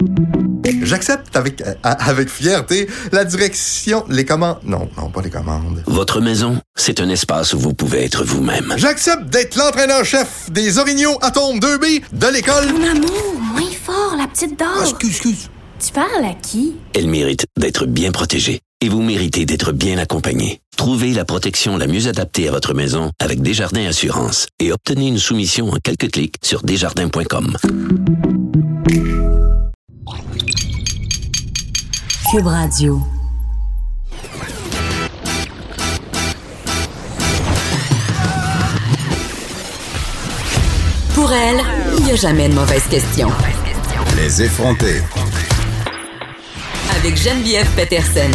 J'accepte avec fierté la direction, les commandes... Non, pas les commandes. Votre maison, c'est un espace où vous pouvez être vous-même. J'accepte d'être l'entraîneur-chef des Orignaux Atomes 2B de l'école... Mon amour, moins fort, la petite dame. Excuse. Tu parles à qui? Elle mérite d'être bien protégée. Et vous méritez d'être bien accompagné. Trouvez la protection la mieux adaptée à votre maison avec Desjardins Assurance et obtenez une soumission en quelques clics sur desjardins.com. Cube Radio. Pour elle, il n'y a jamais de mauvaise question. Les effrontés. Avec Geneviève Peterson.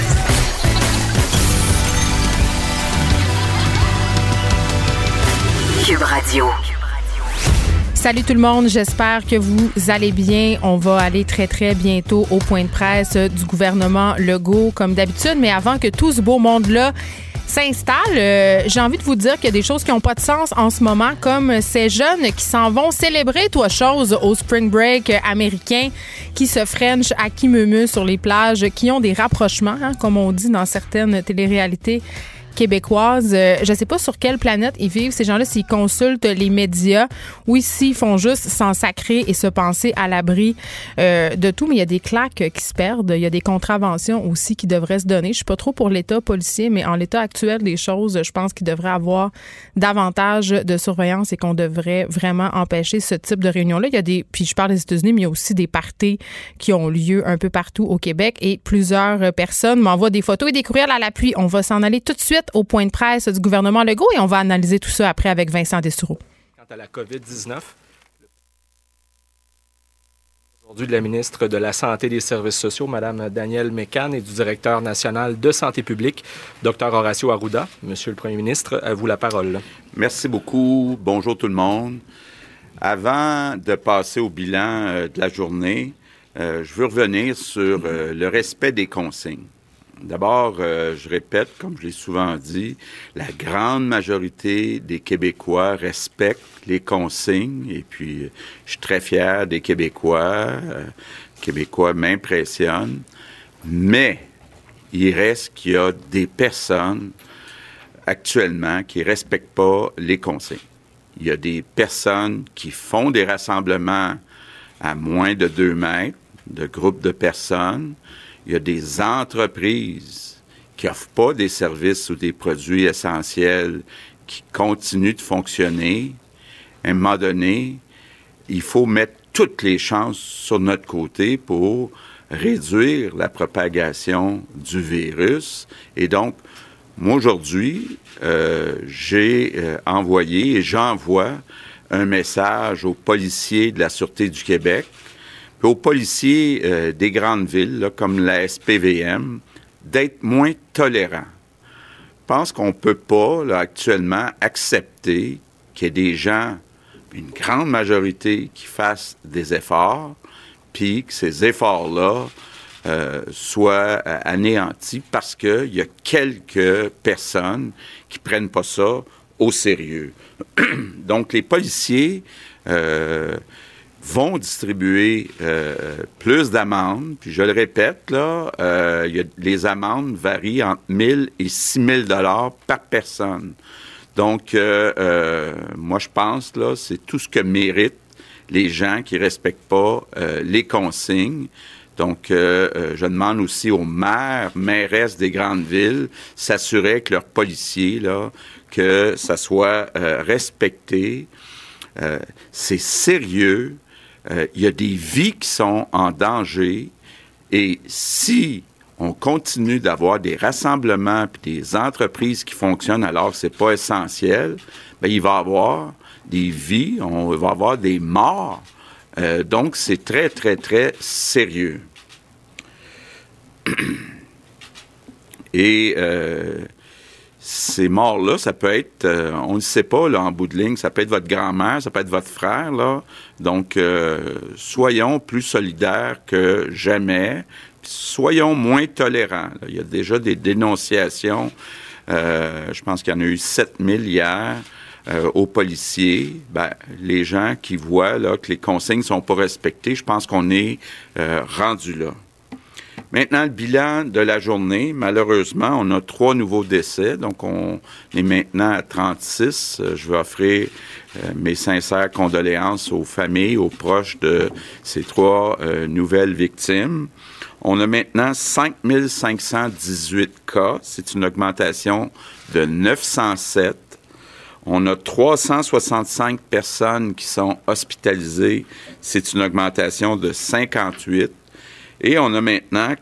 Cube Radio. Salut tout le monde, j'espère que vous allez bien. On va aller très très bientôt au point de presse du gouvernement Legault comme d'habitude, mais avant que tout ce beau monde-là s'installe, j'ai envie de vous dire qu'il y a des choses qui n'ont pas de sens en ce moment, comme ces jeunes qui s'en vont célébrer chose au spring break américain, qui se frenchent à qui meumeux sur les plages, qui ont des rapprochements, comme on dit dans certaines téléréalités québécoises. Je sais pas sur quelle planète ils vivent, ces gens-là, s'ils consultent les médias ou s'ils font juste s'en sacrer et se penser à l'abri de tout. Mais il y a des claques qui se perdent. Il y a des contraventions aussi qui devraient se donner. Je suis pas trop pour l'État policier, mais en l'état actuel des choses, je pense qu'il devrait avoir davantage de surveillance et qu'on devrait vraiment empêcher ce type de réunion-là. Il y a puis je parle des États-Unis, mais il y a aussi des parties qui ont lieu un peu partout au Québec et plusieurs personnes m'envoient des photos et des courriels à l'appui. On va s'en aller tout de suite au point de presse du gouvernement Legault et on va analyser tout ça après avec Vincent Dessoureau. Quant à la COVID-19, aujourd'hui de la ministre de la Santé et des Services sociaux, Mme Danielle Mécan, et du directeur national de santé publique, Dr Horacio Arruda. Monsieur le Premier ministre, à vous la parole. Merci beaucoup. Bonjour tout le monde. Avant de passer au bilan de la journée, je veux revenir sur le respect des consignes. D'abord, je répète, comme je l'ai souvent dit, la grande majorité des Québécois respectent les consignes et puis je suis très fier des Québécois. Québécois m'impressionnent, mais il reste qu'il y a des personnes actuellement qui ne respectent pas les consignes. Il y a des personnes qui font des rassemblements à moins de 2 mètres, de groupes de personnes. Il y a des entreprises qui n'offrent pas des services ou des produits essentiels qui continuent de fonctionner. À un moment donné, il faut mettre toutes les chances sur notre côté pour réduire la propagation du virus. Et donc, moi, aujourd'hui, j'ai envoyé et j'envoie un message aux policiers de la Sûreté du Québec, puis aux policiers des grandes villes, là, comme la SPVM, d'être moins tolérants. Je pense qu'on ne peut pas, là, actuellement, accepter qu'il y ait des gens, une grande majorité, qui fassent des efforts, puis que ces efforts-là soient anéantis parce qu'il y a quelques personnes qui ne prennent pas ça au sérieux. Donc, les policiers vont distribuer plus d'amendes. Puis je le répète, là, les amendes varient entre 1 000 et 6 000 $ par personne. Donc, moi, je pense, là, c'est tout ce que méritent les gens qui ne respectent pas les consignes. Donc, je demande aussi aux maires, mairesses des grandes villes, s'assurer que leurs policiers, là, que ça soit respecté. C'est sérieux. Il y a des vies qui sont en danger. Et si on continue d'avoir des rassemblements et des entreprises qui fonctionnent alors que ce n'est pas essentiel, bien, il va y avoir des vies, on va avoir des morts. Donc, c'est très, très, très sérieux. Et ces morts-là, ça peut être, on ne sait pas, là, en bout de ligne, ça peut être votre grand-mère, ça peut être votre frère, là. Donc, soyons plus solidaires que jamais. Soyons moins tolérants. Là. Il y a déjà des dénonciations. Je pense qu'il y en a eu 7 000 hier. aux policiers, les gens qui voient là, que les consignes ne sont pas respectées, je pense qu'on est rendu là. Maintenant, le bilan de la journée, malheureusement, on a 3 nouveaux décès, donc on est maintenant à 36. Je veux offrir mes sincères condoléances aux familles, aux proches de ces 3 nouvelles victimes. On a maintenant 5 518 cas, c'est une augmentation de 907. On a 365 personnes qui sont hospitalisées, c'est une augmentation de 58. Et on a maintenant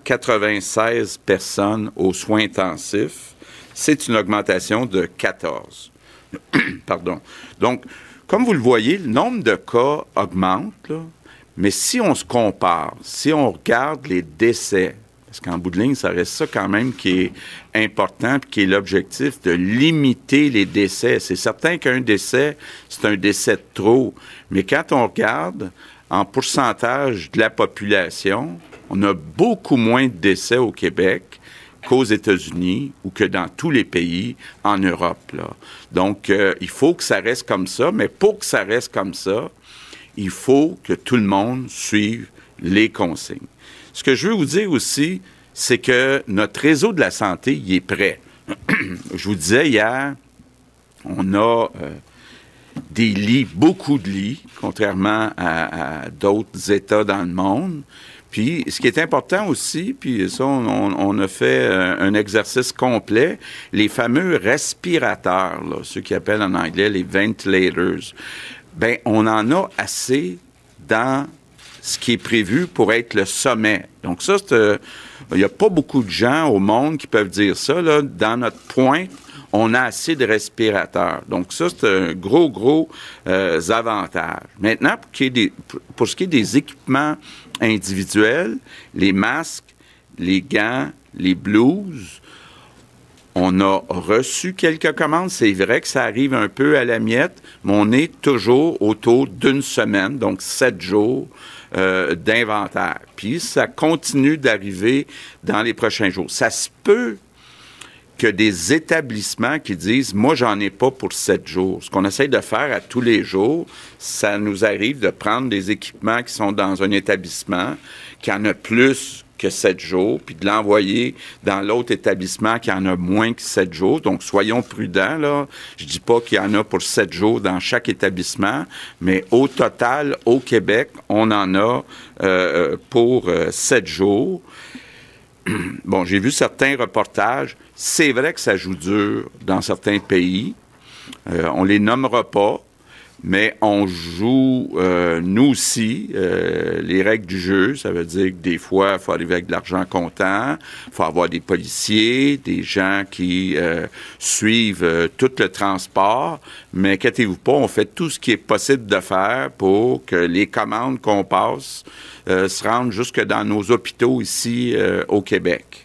96 personnes aux soins intensifs. C'est une augmentation de 14. Pardon. Donc, comme vous le voyez, le nombre de cas augmente, là, mais si on se compare, si on regarde les décès, parce qu'en bout de ligne, ça reste ça quand même qui est important et qui est l'objectif de limiter les décès. C'est certain qu'un décès, c'est un décès de trop, mais quand on regarde en pourcentage de la population, on a beaucoup moins de décès au Québec qu'aux États-Unis ou que dans tous les pays en Europe, là. Donc, il faut que ça reste comme ça, mais pour que ça reste comme ça, il faut que tout le monde suive les consignes. Ce que je veux vous dire aussi, c'est que notre réseau de la santé, il est prêt. Je vous disais hier, on a des lits, beaucoup de lits, contrairement à d'autres États dans le monde. Puis, ce qui est important aussi, puis ça, on a fait un exercice complet, les fameux respirateurs, là, ceux qui appellent en anglais les ventilators, bien, on en a assez dans ce qui est prévu pour être le sommet. Donc ça, il n'y a pas beaucoup de gens au monde qui peuvent dire ça, là, dans notre pointe, on a assez de respirateurs. Donc ça, c'est un gros avantage. Maintenant, pour ce qui est des équipements individuels, les masques, les gants, les blouses, on a reçu quelques commandes. C'est vrai que ça arrive un peu à la miette, mais on est toujours autour d'une semaine, donc 7 jours d'inventaire. Puis ça continue d'arriver dans les prochains jours. Ça se peut que des établissements qui disent « Moi, j'en ai pas pour 7 jours ». Ce qu'on essaie de faire à tous les jours, ça nous arrive de prendre des équipements qui sont dans un établissement qui en a plus que 7 jours, puis de l'envoyer dans l'autre établissement qui en a moins que 7 jours. Donc, soyons prudents, là. Je dis pas qu'il y en a pour 7 jours dans chaque établissement, mais au total, au Québec, on en a pour 7 jours. Bon, j'ai vu certains reportages. C'est vrai que ça joue dur dans certains pays. On les nommera pas, mais on joue, nous aussi, les règles du jeu. Ça veut dire que des fois, il faut arriver avec de l'argent comptant, il faut avoir des policiers, des gens qui suivent tout le transport. Mais inquiétez-vous pas, on fait tout ce qui est possible de faire pour que les commandes qu'on passe se rendent jusque dans nos hôpitaux ici au Québec.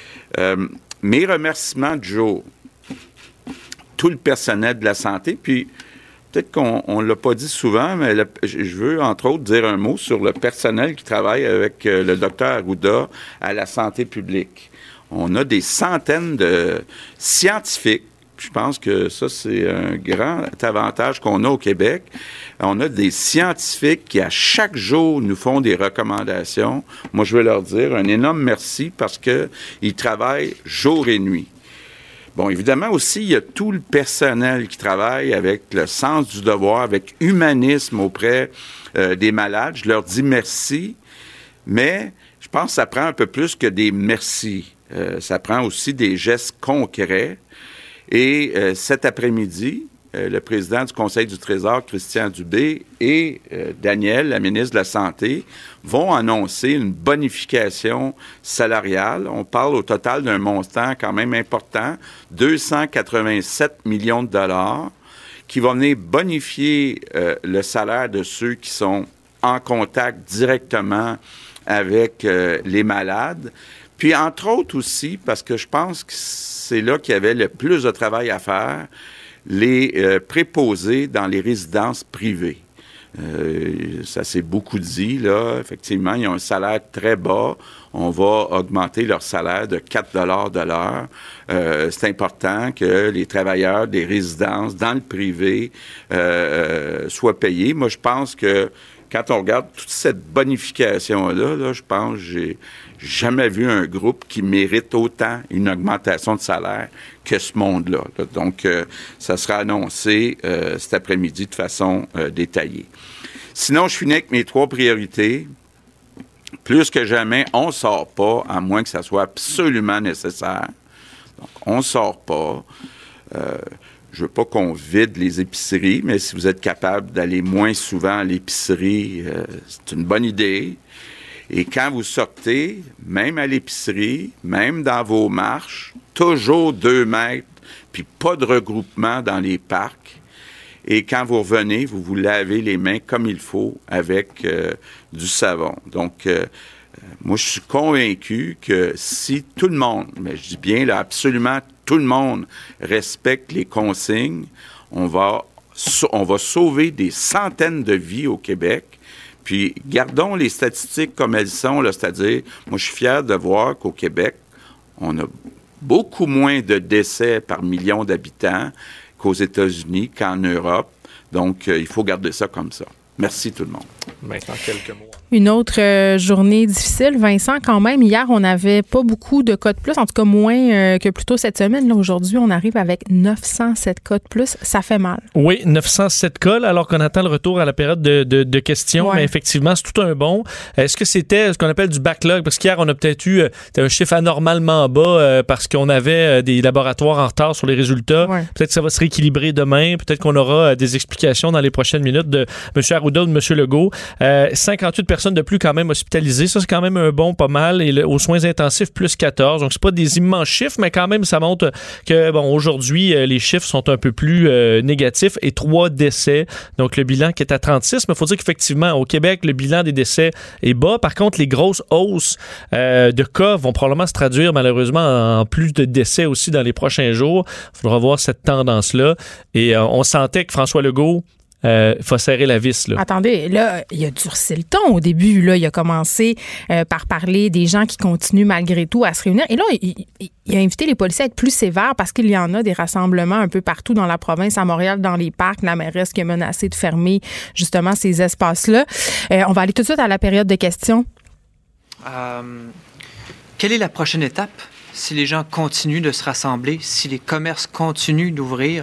Mes remerciements du jour, tout le personnel de la santé, puis peut-être qu'on ne l'a pas dit souvent, mais je veux, entre autres, dire un mot sur le personnel qui travaille avec le docteur Arruda à la santé publique. On a des centaines de scientifiques. Je pense que ça, c'est un grand avantage qu'on a au Québec. On a des scientifiques qui, à chaque jour, nous font des recommandations. Moi, je veux leur dire un énorme merci parce qu'ils travaillent jour et nuit. Bon, évidemment aussi, il y a tout le personnel qui travaille avec le sens du devoir, avec humanisme auprès des malades. Je leur dis merci, mais je pense que ça prend un peu plus que des merci. Ça prend aussi des gestes concrets. Et cet après-midi, le président du Conseil du Trésor, Christian Dubé, et Danielle, la ministre de la Santé, vont annoncer une bonification salariale. On parle au total d'un montant quand même important, 287 millions de dollars, qui va venir bonifier le salaire de ceux qui sont en contact directement avec les malades. Puis, entre autres aussi, parce que je pense que c'est là qu'il y avait le plus de travail à faire, les préposés dans les résidences privées. Ça s'est beaucoup dit, là. Effectivement, ils ont un salaire très bas. On va augmenter leur salaire de 4 $ de l'heure. C'est important que les travailleurs des résidences dans le privé soient payés. Moi, je pense que quand on regarde toute cette bonification-là, là, je pense que j'ai jamais vu un groupe qui mérite autant une augmentation de salaire que ce monde-là. Là. Donc, ça sera annoncé cet après-midi de façon détaillée. Sinon, je finis avec mes 3 priorités. Plus que jamais, on ne sort pas, à moins que ça soit absolument nécessaire. Donc, on ne sort pas. Je veux pas qu'on vide les épiceries, mais si vous êtes capable d'aller moins souvent à l'épicerie, c'est une bonne idée. Et quand vous sortez, même à l'épicerie, même dans vos marches, toujours 2 mètres, puis pas de regroupement dans les parcs. Et quand vous revenez, vous vous lavez les mains comme il faut avec du savon. Donc, moi, je suis convaincu que si tout le monde, mais je dis bien là, absolument tout le monde respecte les consignes, on va sauver des centaines de vies au Québec. Puis, gardons les statistiques comme elles sont, là, c'est-à-dire, moi, je suis fier de voir qu'au Québec, on a beaucoup moins de décès par million d'habitants qu'aux États-Unis, qu'en Europe. Donc, il faut garder ça comme ça. Merci tout le monde. Maintenant, quelques mots. Une autre journée difficile, Vincent, quand même. Hier, on n'avait pas beaucoup de cas de plus, en tout cas moins que plus tôt cette semaine. Là, aujourd'hui, on arrive avec 907 cas de plus. Ça fait mal. Oui, 907 cas, là, alors qu'on attend le retour à la période de questions. Ouais. Mais effectivement, c'est tout un bond. Est-ce que c'était ce qu'on appelle du backlog? Parce qu'hier, on a peut-être eu un chiffre anormalement bas parce qu'on avait des laboratoires en retard sur les résultats. Ouais. Peut-être que ça va se rééquilibrer demain. Peut-être qu'on aura des explications dans les prochaines minutes de M. Arruda ou de M. Legault. 58 personnes de plus quand même hospitalisées. Ça, c'est quand même un bon pas mal. Et aux soins intensifs, plus 14. Donc, c'est pas des immenses chiffres, mais quand même, ça montre que, bon, aujourd'hui, les chiffres sont un peu plus négatifs et 3 décès. Donc, le bilan qui est à 36. Mais il faut dire qu'effectivement, au Québec, le bilan des décès est bas. Par contre, les grosses hausses de cas vont probablement se traduire, malheureusement, en plus de décès aussi dans les prochains jours. Il faudra voir cette tendance-là. Et on sentait que François Legault faut serrer la vis. Là. Attendez, là, il a durci le ton au début. Là, il a commencé par parler des gens qui continuent malgré tout à se réunir. Et là, il a invité les policiers à être plus sévères parce qu'il y en a des rassemblements un peu partout dans la province, à Montréal, dans les parcs. La mairesse qui a menacé de fermer justement ces espaces-là. On va aller tout de suite à la période de questions. Quelle est la prochaine étape si les gens continuent de se rassembler, si les commerces continuent d'ouvrir?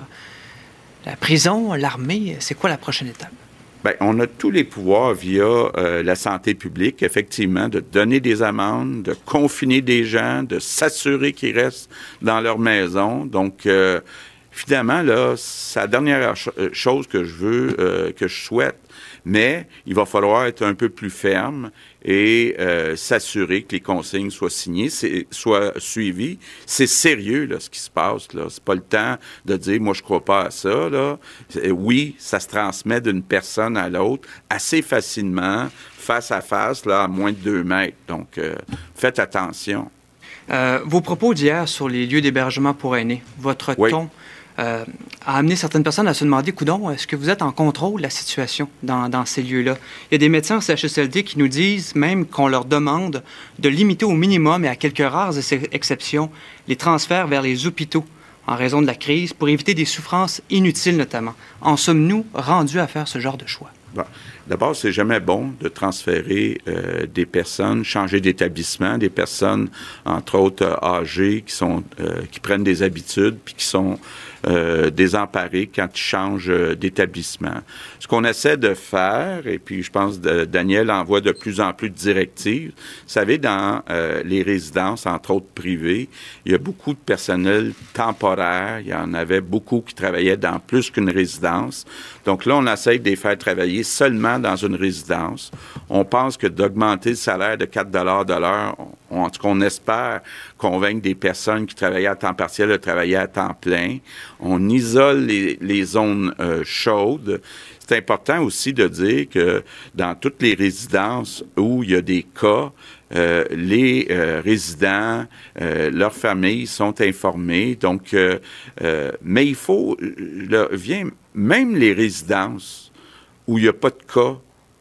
La prison, l'armée, c'est quoi la prochaine étape? Bien, on a tous les pouvoirs via la santé publique, effectivement, de donner des amendes, de confiner des gens, de s'assurer qu'ils restent dans leur maison. Donc, finalement, là, c'est la dernière chose que je veux, que je souhaite. Mais il va falloir être un peu plus ferme et s'assurer que les consignes soient signées, soient suivies. C'est sérieux, là, ce qui se passe, là. C'est pas le temps de dire « moi, je crois pas à ça », là. Oui, ça se transmet d'une personne à l'autre assez facilement, face à face, là, à moins de 2 mètres. Donc, faites attention. Vos propos d'hier sur les lieux d'hébergement pour aînés, votre ton... a amené certaines personnes à se demander, coudonc, est-ce que vous êtes en contrôle de la situation dans ces lieux-là? Il y a des médecins en CHSLD qui nous disent même qu'on leur demande de limiter au minimum et à quelques rares exceptions les transferts vers les hôpitaux en raison de la crise pour éviter des souffrances inutiles notamment. En sommes-nous rendus à faire ce genre de choix? Bon. D'abord, c'est jamais bon de transférer des personnes, changer d'établissement, des personnes, entre autres, âgées, qui prennent des habitudes puis qui sont désemparées quand ils changent d'établissement. Ce qu'on essaie de faire, et puis je pense que Daniel envoie de plus en plus de directives, vous savez, dans les résidences, entre autres privées, il y a beaucoup de personnel temporaire, il y en avait beaucoup qui travaillaient dans plus qu'une résidence. Donc là, on essaie de les faire travailler seulement dans une résidence. On pense que d'augmenter le salaire de 4 $ de l'heure, en tout cas, on espère convaincre des personnes qui travaillaient à temps partiel de travailler à temps plein. On isole les zones chaudes. C'est important aussi de dire que dans toutes les résidences où il y a des cas, les résidents, leurs familles sont informés. Donc, mais il faut, même les résidences où il n'y a pas de cas,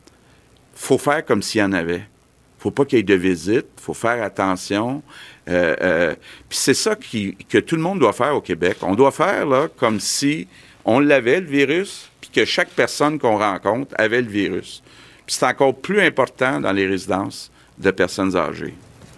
il faut faire comme s'il y en avait. Il ne faut pas qu'il y ait de visite, il faut faire attention. Puis c'est ça que tout le monde doit faire au Québec. On doit faire là, comme si on l'avait, le virus, puis que chaque personne qu'on rencontre avait le virus. Puis c'est encore plus important dans les résidences de personnes âgées.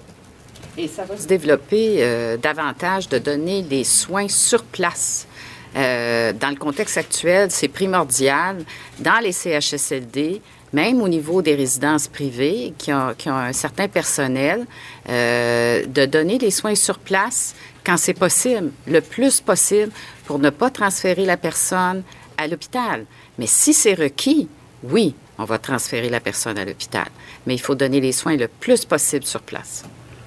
Et ça va se développer davantage de donner des soins sur place. Dans le contexte actuel, c'est primordial dans les CHSLD, même au niveau des résidences privées qui ont un certain personnel, de donner les soins sur place quand c'est possible, le plus possible, pour ne pas transférer la personne à l'hôpital. Mais si c'est requis, oui, on va transférer la personne à l'hôpital. Mais il faut donner les soins le plus possible sur place.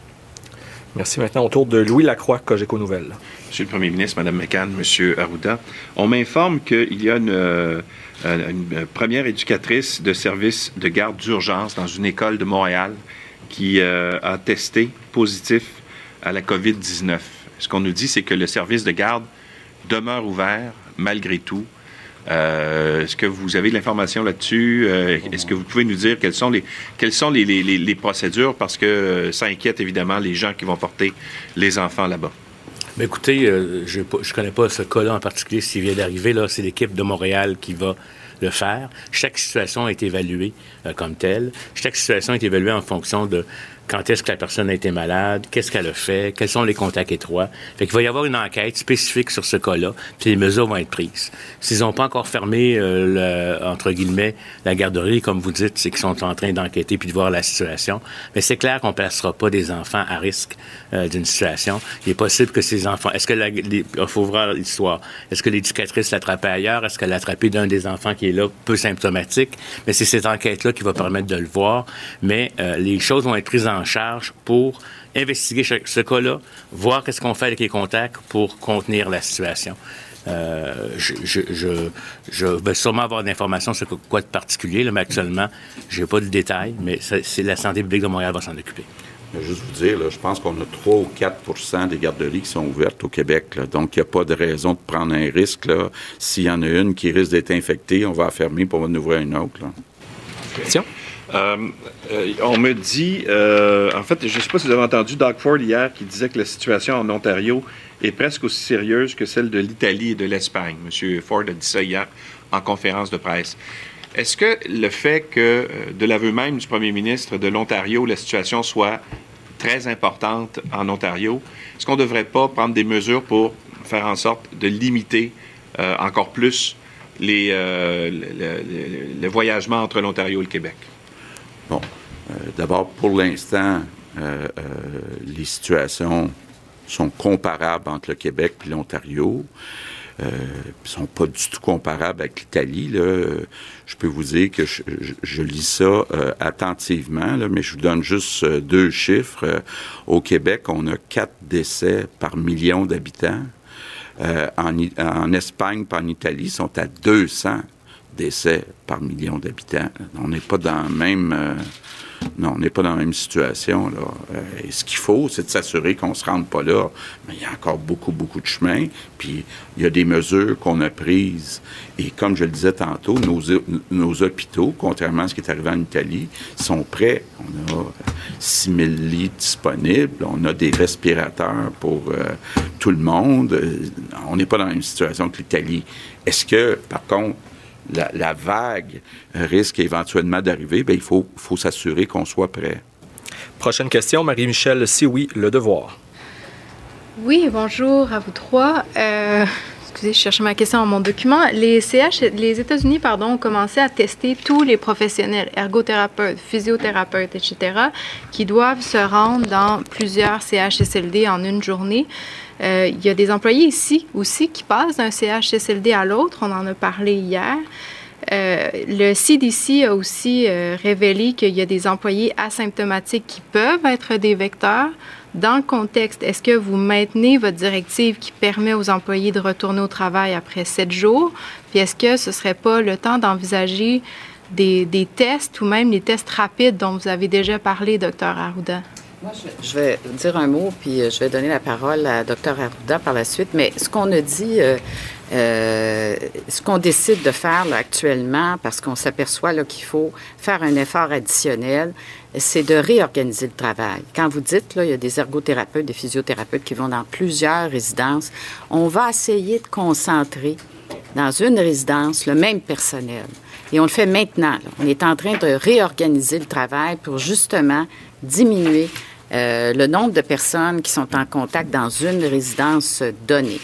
Merci. Maintenant, au tour de Louis Lacroix, Cogeco Nouvelles. Monsieur le Premier ministre, Mme McCann, Monsieur Arruda, on m'informe qu'il y a une première éducatrice de service de garde d'urgence dans une école de Montréal qui a testé positif à la COVID-19. Ce qu'on nous dit, c'est que le service de garde demeure ouvert malgré tout. Est-ce que vous avez de l'information là-dessus? Est-ce que vous pouvez nous dire quelles sont les procédures? Parce que ça inquiète évidemment les gens qui vont porter les enfants là-bas. Bien, écoutez, je ne connais pas ce cas-là en particulier, s'il vient d'arriver. Là, c'est l'équipe de Montréal qui va le faire. Chaque situation est évaluée comme telle. Chaque situation est évaluée en fonction de quand est-ce que la personne a été malade, qu'est-ce qu'elle a fait, quels sont les contacts étroits. Fait qu'il va y avoir une enquête spécifique sur ce cas-là, puis les mesures vont être prises. S'ils n'ont pas encore fermé, entre guillemets, la garderie, comme vous dites, c'est qu'ils sont en train d'enquêter puis de voir la situation. Mais c'est clair qu'on ne placera pas des enfants à risque d'une situation. Il est possible que ces enfants... Est-ce que il faut voir l'histoire. Est-ce que l'éducatrice l'attrapait ailleurs? Est-ce qu'elle l'a attrapé d'un des enfants qui est là, peu symptomatique? Mais c'est cette enquête-là qui va permettre de le voir. Mais les choses vont être prises en charge pour investiguer ce cas-là, voir qu'est-ce qu'on fait avec les contacts pour contenir la situation. Je vais sûrement avoir d'informations sur quoi de particulier, là, mais actuellement, je n'ai pas de détails, mais c'est la santé publique de Montréal va s'en occuper. Je vais juste vous dire, là, je pense qu'on a 3 ou 4 % des garderies qui sont ouvertes au Québec. Là, donc, il n'y a pas de raison de prendre un risque. Là. S'il y en a une qui risque d'être infectée, on va la fermer pour en ouvrir une autre. Là. Question? On me dit, en fait, je ne sais pas si vous avez entendu Doug Ford hier qui disait que la situation en Ontario est presque aussi sérieuse que celle de l'Italie et de l'Espagne. M. Ford a dit ça hier en conférence de presse. Est-ce que le fait que, de l'aveu même du premier ministre de l'Ontario, la situation soit très importante en Ontario, est-ce qu'on ne devrait pas prendre des mesures pour faire en sorte de limiter encore plus le voyagement entre l'Ontario et le Québec? Bon, d'abord, pour l'instant, les situations sont comparables entre le Québec et l'Ontario. Ils sont pas du tout comparables avec l'Italie. Là. Je peux vous dire que je lis ça attentivement, là, mais je vous donne juste 2 chiffres. Au Québec, on a 4 décès par million d'habitants. En Espagne et en Italie, ils sont à 200 décès par million d'habitants. On n'est pas dans le même... Non, on n'est pas dans la même situation. Là. Et ce qu'il faut, c'est de s'assurer qu'on ne se rende pas là. Mais il y a encore beaucoup, beaucoup de chemin. Puis, il y a des mesures qu'on a prises. Et comme je le disais tantôt, nos hôpitaux, contrairement à ce qui est arrivé en Italie, sont prêts. On a 6 000 lits disponibles. On a des respirateurs pour tout le monde. On n'est pas dans la même situation que l'Italie. Est-ce que, par contre, la vague risque éventuellement d'arriver, bien, il faut s'assurer qu'on soit prêt. Prochaine question, Marie-Michel Sioui, Le Devoir. Oui, bonjour à vous 3. Excusez, je cherchais ma question dans mon document. Les États-Unis, ont commencé à tester tous les professionnels, ergothérapeutes, physiothérapeutes, etc., qui doivent se rendre dans plusieurs CHSLD en une journée. Il y a des employés ici aussi qui passent d'un CHSLD à l'autre. On en a parlé hier. Le CDC a aussi révélé qu'il y a des employés asymptomatiques qui peuvent être des vecteurs. Dans le contexte, est-ce que vous maintenez votre directive qui permet aux employés de retourner au travail après 7 jours? Puis est-ce que ce ne serait pas le temps d'envisager des tests ou même les tests rapides dont vous avez déjà parlé, Dr. Arruda? Moi, je vais dire un mot, puis je vais donner la parole à Dr. Arruda par la suite. Mais ce qu'on a dit, ce qu'on décide de faire là, actuellement, parce qu'on s'aperçoit là, qu'il faut faire un effort additionnel, c'est de réorganiser le travail. Quand vous dites, là, il y a des ergothérapeutes, des physiothérapeutes qui vont dans plusieurs résidences, on va essayer de concentrer dans une résidence le même personnel. Et on le fait maintenant. Là. On est en train de réorganiser le travail pour justement diminuer le nombre de personnes qui sont en contact dans une résidence donnée.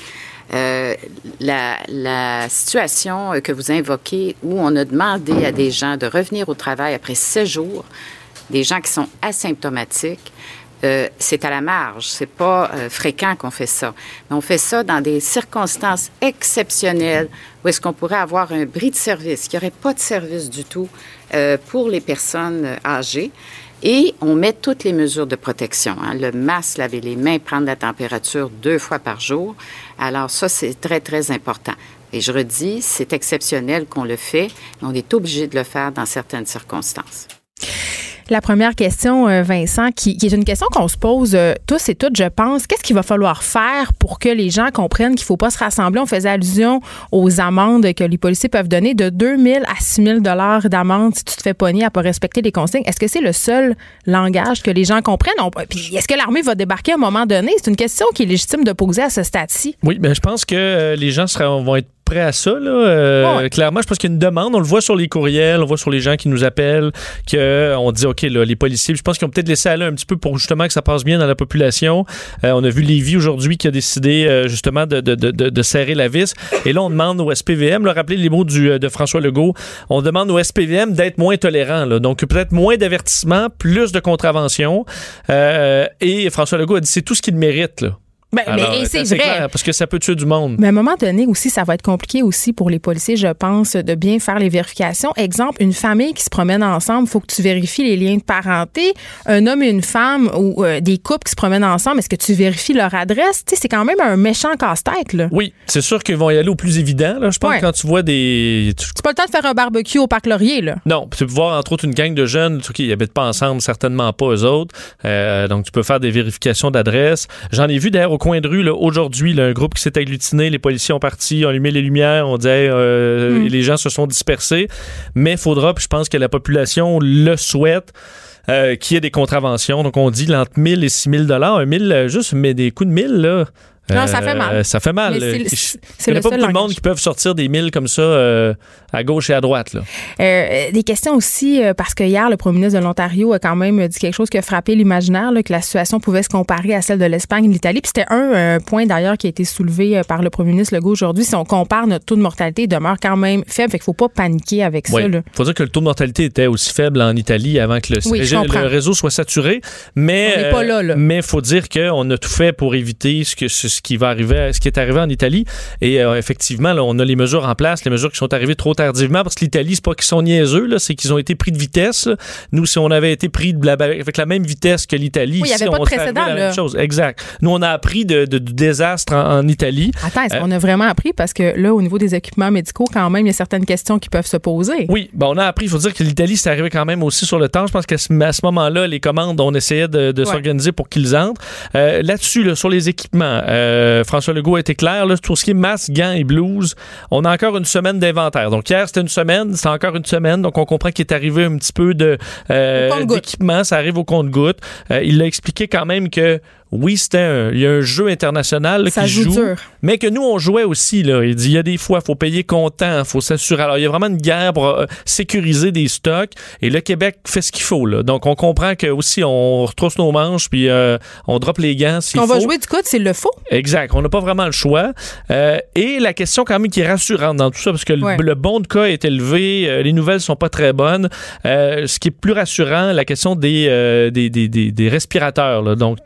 La situation que vous invoquez où on a demandé à des gens de revenir au travail après 7 jours, des gens qui sont asymptomatiques, c'est à la marge. C'est pas fréquent qu'on fait ça. Mais on fait ça dans des circonstances exceptionnelles où est-ce qu'on pourrait avoir un bris de service, qu'il n'y aurait pas de service du tout pour les personnes âgées. Et on met toutes les mesures de protection. Hein. Le masque, laver les mains, prendre la température 2 fois par jour. Alors ça, c'est très, très important. Et je redis, c'est exceptionnel qu'on le fait. On est obligé de le faire dans certaines circonstances. La première question, Vincent, qui est une question qu'on se pose tous et toutes, je pense. Qu'est-ce qu'il va falloir faire pour que les gens comprennent qu'il ne faut pas se rassembler? On faisait allusion aux amendes que les policiers peuvent donner de 2 000 à 6 000 $ d'amende si tu te fais pogner à ne pas respecter les consignes. Est-ce que c'est le seul langage que les gens comprennent? Puis est-ce que l'armée va débarquer à un moment donné? C'est une question qui est légitime de poser à ce stade-ci. Oui, mais je pense que les gens vont être prêts à ça. Là. Clairement, je pense qu'il y a une demande. On le voit sur les courriels, on voit sur les gens qui nous appellent, qu'on dit, OK, là, les policiers, je pense qu'ils ont peut-être laissé aller un petit peu pour justement que ça passe bien dans la population. On a vu Lévis aujourd'hui qui a décidé justement de serrer la vis. Et là, on demande au SPVM, rappelez les mots de François Legault, on demande au SPVM d'être moins tolérant. Là. Donc, peut-être moins d'avertissements, plus de contraventions. Et François Legault a dit, c'est tout ce qu'il mérite, là. Alors, mais c'est vrai. Clair, parce que ça peut tuer du monde. Mais à un moment donné aussi, ça va être compliqué aussi pour les policiers, je pense, de bien faire les vérifications. Exemple, une famille qui se promène ensemble, il faut que tu vérifies les liens de parenté. Un homme et une femme ou des couples qui se promènent ensemble, est-ce que tu vérifies leur adresse? Tu sais, c'est quand même un méchant casse-tête, là. Oui, c'est sûr qu'ils vont y aller au plus évident. Là. Je pense que quand tu vois des... C'est pas le temps de faire un barbecue au Parc Laurier, là. Non, tu peux voir, entre autres, une gang de jeunes qui n'habitent pas ensemble, certainement pas eux autres. Donc, tu peux faire des vérifications d'adresse. J'en ai vu d'ailleurs au coin de rue, là, aujourd'hui, là, un groupe qui s'est agglutiné, les policiers ont parti, ont allumé les lumières, on disait les gens se sont dispersés, mais il faudra, puis je pense que la population le souhaite, qu'il y ait des contraventions. Donc on dit entre 1 000 et 6 000 $. Un 1000, juste mais des coups de 1000, là. Non, ça fait mal. Ça fait mal. Il n'y a pas beaucoup de monde qui peuvent sortir des 1000 comme ça à gauche et à droite. Là. Des questions aussi, parce que hier, le premier ministre de l'Ontario a quand même dit quelque chose qui a frappé l'imaginaire, là, que la situation pouvait se comparer à celle de l'Espagne et de l'Italie. Puis c'était un point d'ailleurs qui a été soulevé par le premier ministre Legault aujourd'hui. Si on compare, notre taux de mortalité, il demeure quand même faible. Fait qu'il ne faut pas paniquer avec ça. Il faut dire que le taux de mortalité était aussi faible en Italie avant que le réseau soit saturé. Mais on n'est pas là. Mais il faut dire qu'on a tout fait pour éviter ce qui va arriver, ce qui est arrivé en Italie. Et effectivement, là, on a les mesures en place, les mesures qui sont arrivées trop tardivement, parce que l'Italie, c'est pas qu'ils sont niaiseux, là, c'est qu'ils ont été pris de vitesse. Là. Nous, si on avait été pris avec la même vitesse que l'Italie, il n'y avait pas de précédent. La même chose. Exact. Nous, on a appris du désastre en Italie. Attends, est-ce qu'on a vraiment appris? Parce que là, au niveau des équipements médicaux, quand même, il y a certaines questions qui peuvent se poser. Oui, on a appris. Il faut dire que l'Italie, c'est arrivé quand même aussi sur le temps. Je pense qu'à ce moment-là, les commandes, on essayait de s'organiser pour qu'ils entrent. Là-dessus, là, sur les équipements, François Legault a été clair, là, tout ce qui est masques, gants et blouses, on a encore une semaine d'inventaire. Donc hier, c'était une semaine, c'est encore une semaine. Donc on comprend qu'il est arrivé un petit peu d'équipement, ça arrive au compte-gouttes. Il a expliqué quand même que oui, il y a un jeu international là, qui joue, mais que nous, on jouait aussi. Là. Il dit, il y a des fois, il faut payer comptant, il faut s'assurer. Alors, il y a vraiment une guerre pour sécuriser des stocks, et le Québec fait ce qu'il faut. Là. Donc, on comprend que aussi, on retrousse nos manches, puis on droppe les gants s'il faut. On va jouer du coup s'il le faut. Exact. On n'a pas vraiment le choix. Et la question quand même qui est rassurante dans tout ça, parce que le bon de cas est élevé, les nouvelles sont pas très bonnes. Ce qui est plus rassurant, la question des respirateurs, là, donc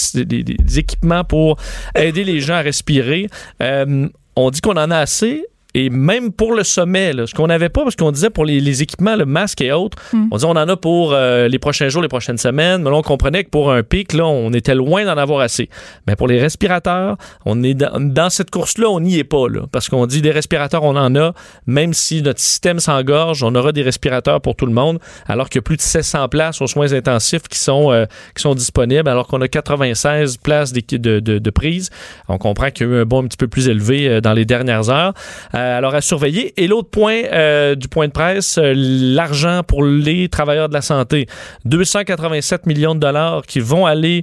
des équipements pour aider les gens à respirer. On dit qu'on en a assez. Et même pour le sommet, là, ce qu'on n'avait pas, parce qu'on disait pour les équipements, le masque et autres, on disait on en a pour les prochains jours, les prochaines semaines, mais là, on comprenait que pour un pic, là, on était loin d'en avoir assez. Mais pour les respirateurs, on est dans cette course-là, on n'y est pas, là, parce qu'on dit des respirateurs, on en a, même si notre système s'engorge, on aura des respirateurs pour tout le monde, alors qu'il y a plus de 700 places aux soins intensifs qui sont disponibles, alors qu'on a 96 places de prise. On comprend qu'il y a eu un bond un petit peu plus élevé dans les dernières heures. Alors, à surveiller. Et l'autre point du point de presse, l'argent pour les travailleurs de la santé. 287 millions de dollars qui vont aller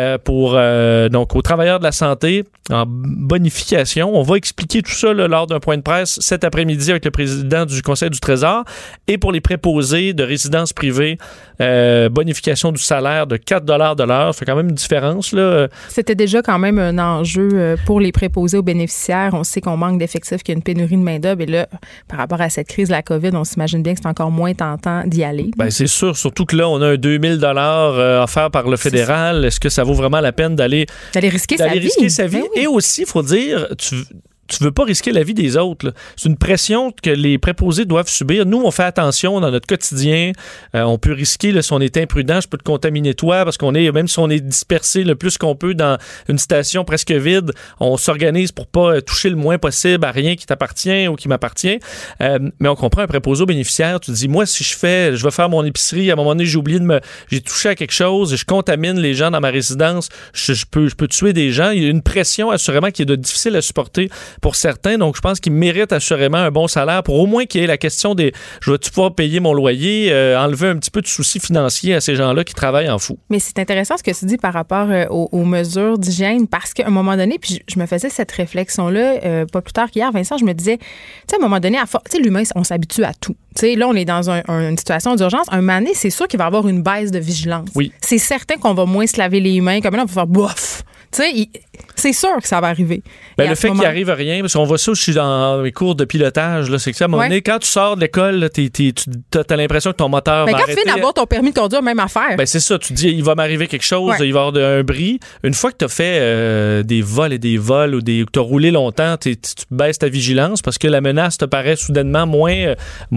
donc aux travailleurs de la santé en bonification. On va expliquer tout ça là, lors d'un point de presse cet après-midi avec le président du Conseil du Trésor. Et pour les préposés de résidences privées, bonification du salaire de 4 $ de l'heure. Ça fait quand même une différence, là. C'était déjà quand même un enjeu pour les préposés aux bénéficiaires. On sait qu'on manque d'effectifs, qu'il y a une pénurie de main-d'œuvre. Et là, par rapport à cette crise de la COVID, on s'imagine bien que c'est encore moins tentant d'y aller. Bien, c'est sûr. Surtout que là, on a un 2000 $ offert par le fédéral. Est-ce que ça vaut vraiment la peine d'aller risquer sa vie? Ben oui. Et aussi, il faut dire, tu veux pas risquer la vie des autres, là. C'est une pression que les préposés doivent subir. Nous, on fait attention dans notre quotidien. On peut risquer, là, si on est imprudent, je peux te contaminer toi, parce qu'on est, même si on est dispersé le plus qu'on peut dans une station presque vide, on s'organise pour pas toucher le moins possible à rien qui t'appartient ou qui m'appartient. Mais on comprend un préposé aux bénéficiaires. Tu te dis, moi, si je vais faire mon épicerie, à un moment donné, j'ai touché à quelque chose et je contamine les gens dans ma résidence, je peux tuer des gens. Il y a une pression, assurément, qui est difficile à supporter pour certains, donc je pense qu'ils méritent assurément un bon salaire pour au moins qu'il y ait la question des je vais-tu pouvoir payer mon loyer, enlever un petit peu de soucis financiers à ces gens-là qui travaillent en fou. Mais c'est intéressant ce que tu dis par rapport aux mesures d'hygiène, parce qu'à un moment donné, puis je me faisais cette réflexion-là pas plus tard qu'hier, Vincent, je me disais, tu sais, à un moment donné, l'humain, on s'habitue à tout. Tu sais, là, on est dans une situation d'urgence. Un moment donné, c'est sûr qu'il va y avoir une baisse de vigilance. Oui. C'est certain qu'on va moins se laver les mains, comme là, on va faire bof. Tu sais, c'est sûr que ça va arriver. Ben, le fait qu'il arrive rien, parce qu'on voit ça aussi dans mes cours de pilotage, là, c'est que ça, à un moment donné, quand tu sors de l'école, t'as l'impression que ton moteur va arrêter. Quand tu viens d'avoir ton permis de conduire, même affaire. Ben, c'est ça, tu te dis, il va m'arriver quelque chose, il va y avoir un bris. Une fois que tu as fait des vols et des vols ou que tu as roulé longtemps, tu baisses ta vigilance parce que la menace te paraît soudainement moins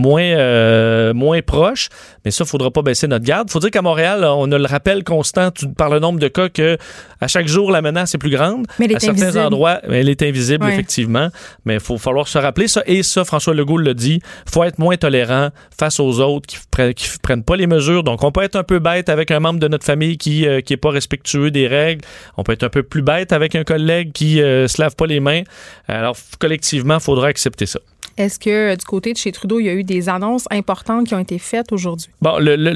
proche. Mais ça, il ne faudra pas baisser notre garde. Il faut dire qu'à Montréal, on a le rappel constant par le nombre de cas que à chaque jour, la menace est plus grande. Mais elle est à certains invisible. endroits, elle est invisible, effectivement. Mais il faut falloir se rappeler ça. Et ça, François Legault l'a dit, il faut être moins tolérant face aux autres qui prennent pas les mesures. Donc, on peut être un peu bête avec un membre de notre famille qui est pas respectueux des règles. On peut être un peu plus bête avec un collègue qui se lave pas les mains. Alors, collectivement, il faudra accepter ça. Est-ce que du côté de chez Trudeau, il y a eu des annonces importantes qui ont été faites aujourd'hui? Bon,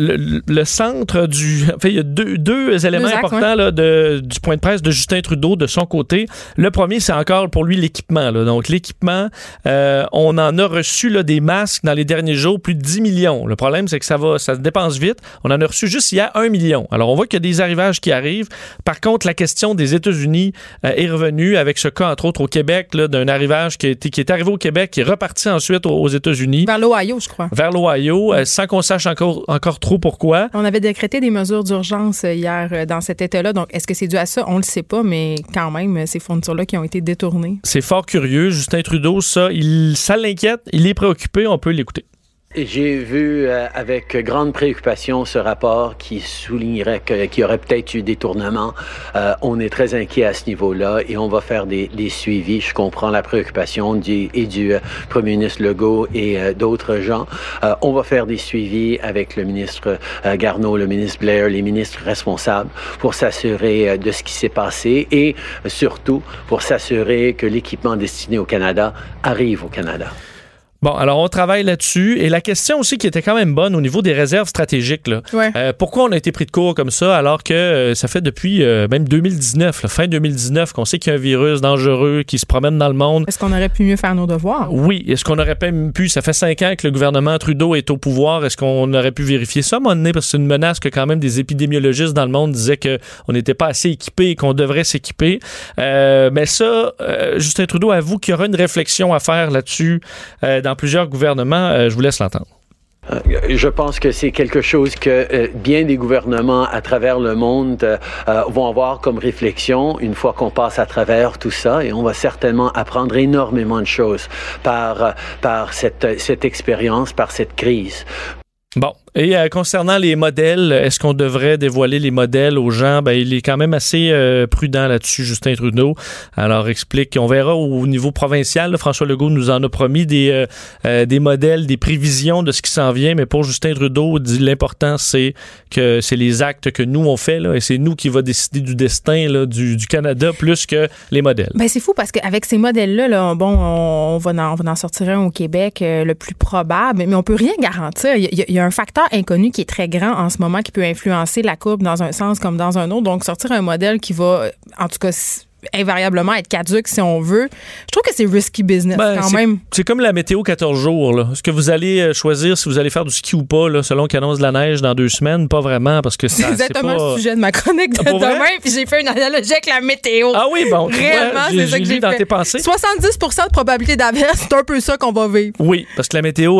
le centre il y a deux éléments importants là, du point de presse de Justin Trudeau de son côté. Le premier, c'est encore pour lui l'équipement. Là. Donc, l'équipement, on en a reçu là, des masques dans les derniers jours, plus de 10 millions. Le problème, c'est que ça se dépense vite. On en a reçu juste hier 1 million. Alors, on voit qu'il y a des arrivages qui arrivent. Par contre, la question des États-Unis est revenue avec ce cas, entre autres, au Québec, là, d'un arrivage qui est arrivé au Québec, qui est reparti ensuite aux États-Unis. Vers l'Ohio, je crois. Vers l'Ohio, sans qu'on sache encore trop pourquoi. On avait décrété des mesures d'urgence hier dans cet État-là. Donc, est-ce que c'est dû à ça? On ne le sait pas, mais quand même, ces fournitures-là qui ont été détournées. C'est fort curieux. Justin Trudeau, ça l'inquiète. Il est préoccupé. On peut l'écouter. J'ai vu avec grande préoccupation ce rapport qui soulignerait qu'il y aurait peut-être eu détournement. On est très inquiet à ce niveau-là et on va faire des suivis. Je comprends la préoccupation du premier ministre Legault et d'autres gens. On va faire des suivis avec le ministre Garneau, le ministre Blair, les ministres responsables pour s'assurer de ce qui s'est passé et surtout pour s'assurer que l'équipement destiné au Canada arrive au Canada. Bon, alors on travaille là-dessus. Et la question aussi qui était quand même bonne au niveau des réserves stratégiques. Là. Ouais. Pourquoi on a été pris de court comme ça alors que ça fait depuis même 2019, là, fin 2019, qu'on sait qu'il y a un virus dangereux qui se promène dans le monde. Est-ce qu'on aurait pu mieux faire nos devoirs? Oui. Est-ce qu'on aurait pu... Ça fait 5 ans que le gouvernement Trudeau est au pouvoir. Est-ce qu'on aurait pu vérifier ça à un moment donné? Parce que c'est une menace que quand même des épidémiologistes dans le monde disaient qu'on n'était pas assez équipés et qu'on devrait s'équiper. Mais ça, Justin Trudeau avoue qu'il y aura une réflexion à faire là-dessus dans plusieurs gouvernements. Je vous laisse l'entendre. Je pense que c'est quelque chose que bien des gouvernements à travers le monde vont avoir comme réflexion une fois qu'on passe à travers tout ça, et on va certainement apprendre énormément de choses par cette expérience, par cette crise. Bon. Et concernant les modèles, est-ce qu'on devrait dévoiler les modèles aux gens? Ben, il est quand même assez prudent là-dessus, Justin Trudeau. Alors, explique, on verra au niveau provincial. Là, François Legault nous en a promis des modèles, des prévisions de ce qui s'en vient. Mais pour Justin Trudeau, l'important, c'est que c'est les actes que nous, on fait. Là, et c'est nous qui va décider du destin là, du Canada plus que les modèles. Ben, c'est fou parce qu'avec ces modèles-là, là, bon, on va en sortir un au Québec le plus probable, mais on peut rien garantir. Il y a un facteur inconnu qui est très grand en ce moment qui peut influencer la courbe dans un sens comme dans un autre. Donc, sortir un modèle qui va, en tout cas, invariablement être caduque si on veut, je trouve que c'est risky business quand même. C'est comme la météo 14 jours. Là. Est-ce que vous allez choisir si vous allez faire du ski ou pas là, selon qu'il annonce de la neige dans 2 semaines? Pas vraiment, parce que ça, c'est exactement le sujet de ma chronique de demain, puis j'ai fait une analogie avec la météo. Ah oui, bon. Réellement, c'est ça que j'ai dans fait. Tes pensées. 70% de probabilité d'averse, c'est un peu ça qu'on va vivre. Oui, parce que la météo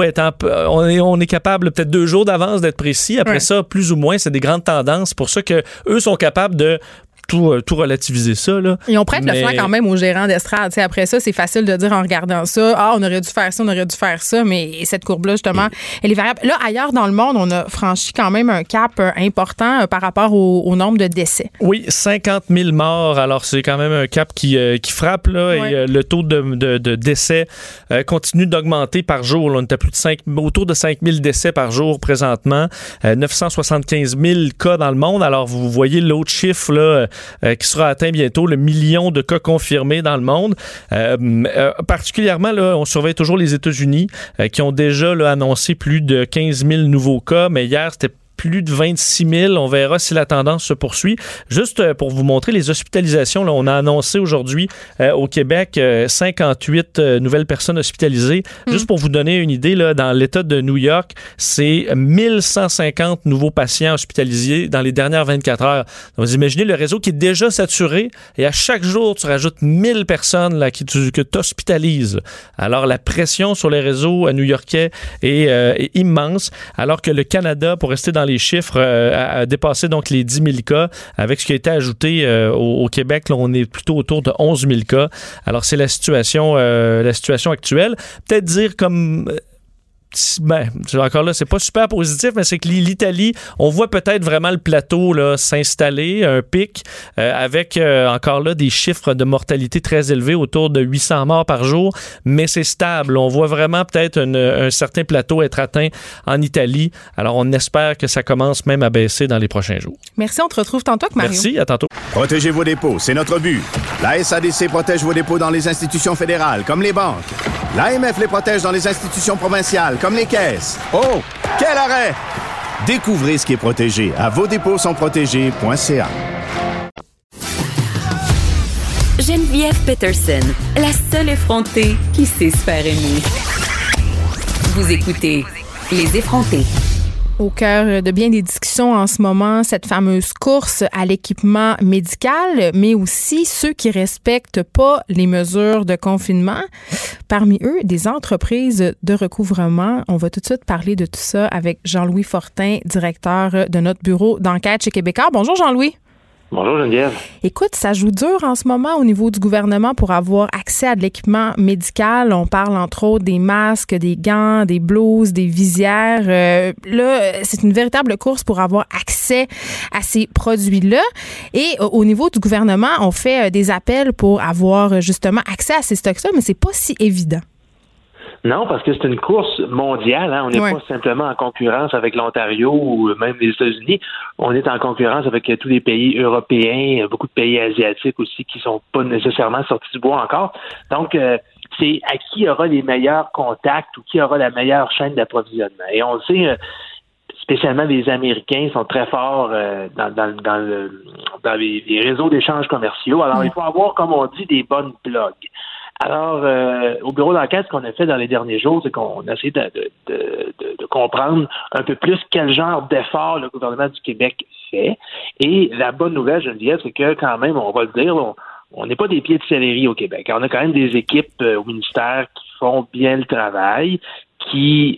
on est capable peut-être 2 jours d'avance d'être précis. Après ça, plus ou moins, c'est des grandes tendances. C'est pour ça qu'eux sont capables de tout relativiser ça. Là. Et on prête le flanc quand même aux gérants d'estrade. T'sais, après ça, c'est facile de dire en regardant ça, on aurait dû faire ça, on aurait dû faire ça, mais cette courbe-là, justement, elle est variable. Là, ailleurs dans le monde, on a franchi quand même un cap important par rapport au nombre de décès. Oui, 50 000 morts. Alors, c'est quand même un cap qui frappe. Là, oui. Et le taux de décès continue d'augmenter par jour. Là, on est à autour de 5 000 décès par jour présentement. 975 000 cas dans le monde. Alors, vous voyez l'autre chiffre, là, qui sera atteint bientôt, le million de cas confirmés dans le monde. Particulièrement, là, on surveille toujours les États-Unis qui ont déjà là, annoncé plus de 15 000 nouveaux cas, mais hier, c'était plus de 26 000. On verra si la tendance se poursuit. Juste pour vous montrer les hospitalisations, là, on a annoncé aujourd'hui au Québec 58 nouvelles personnes hospitalisées. Juste pour vous donner une idée, là, dans l'État de New York, c'est 1150 nouveaux patients hospitalisés dans les dernières 24 heures. Donc, vous imaginez le réseau qui est déjà saturé et à chaque jour, tu rajoutes 1000 personnes là, que tu hospitalises. Alors, la pression sur les réseaux new-yorkais est immense, alors que le Canada, pour rester dans les chiffres, a dépassé donc les 10 000 cas. Avec ce qui a été ajouté au Québec, là, on est plutôt autour de 11 000 cas. Alors, c'est la situation actuelle. Peut-être dire comme... encore là, c'est pas super positif, mais c'est que l'Italie, on voit peut-être vraiment le plateau là, s'installer, un pic, avec encore là des chiffres de mortalité très élevés, autour de 800 morts par jour, mais c'est stable. On voit vraiment peut-être un certain plateau être atteint en Italie. Alors, on espère que ça commence même à baisser dans les prochains jours. Merci, on te retrouve tantôt avec Mario. Merci, à tantôt. Protégez vos dépôts, c'est notre but. La SADC protège vos dépôts dans les institutions fédérales, comme les banques. L'AMF les protège dans les institutions provinciales, comme les caisses. Oh, quel arrêt! Découvrez ce qui est protégé à vosdépôtssontprotégés.ca. Geneviève Peterson, la seule effrontée qui sait se faire aimer. Vous écoutez Les effrontés. Au cœur de bien des discussions en ce moment, cette fameuse course à l'équipement médical, mais aussi ceux qui respectent pas les mesures de confinement. Parmi eux, des entreprises de recouvrement. On va tout de suite parler de tout ça avec Jean-Louis Fortin, directeur de notre bureau d'enquête chez Québécois. Bonjour Jean-Louis. Bonjour Geneviève. Écoute, ça joue dur en ce moment au niveau du gouvernement pour avoir accès à de l'équipement médical. On parle entre autres des masques, des gants, des blouses, des visières. Là, c'est une véritable course pour avoir accès à ces produits-là. Et au niveau du gouvernement, on fait des appels pour avoir justement accès à ces stocks-là, mais c'est pas si évident. Non, parce que c'est une course mondiale. Hein? On n'est pas simplement en concurrence avec l'Ontario ou même les États-Unis. On est en concurrence avec tous les pays européens, beaucoup de pays asiatiques aussi qui sont pas nécessairement sortis du bois encore. Donc, c'est à qui aura les meilleurs contacts ou qui aura la meilleure chaîne d'approvisionnement. Et on le sait, spécialement les Américains sont très forts dans les réseaux d'échanges commerciaux. Alors, il faut avoir, comme on dit, des bonnes plugs. Alors, au bureau d'enquête, ce qu'on a fait dans les derniers jours, c'est qu'on a essayé de comprendre un peu plus quel genre d'effort le gouvernement du Québec fait. Et la bonne nouvelle, Geneviève, c'est que quand même, on va le dire, on n'est pas des pieds de céleri au Québec. On a quand même des équipes au ministère qui font bien le travail, qui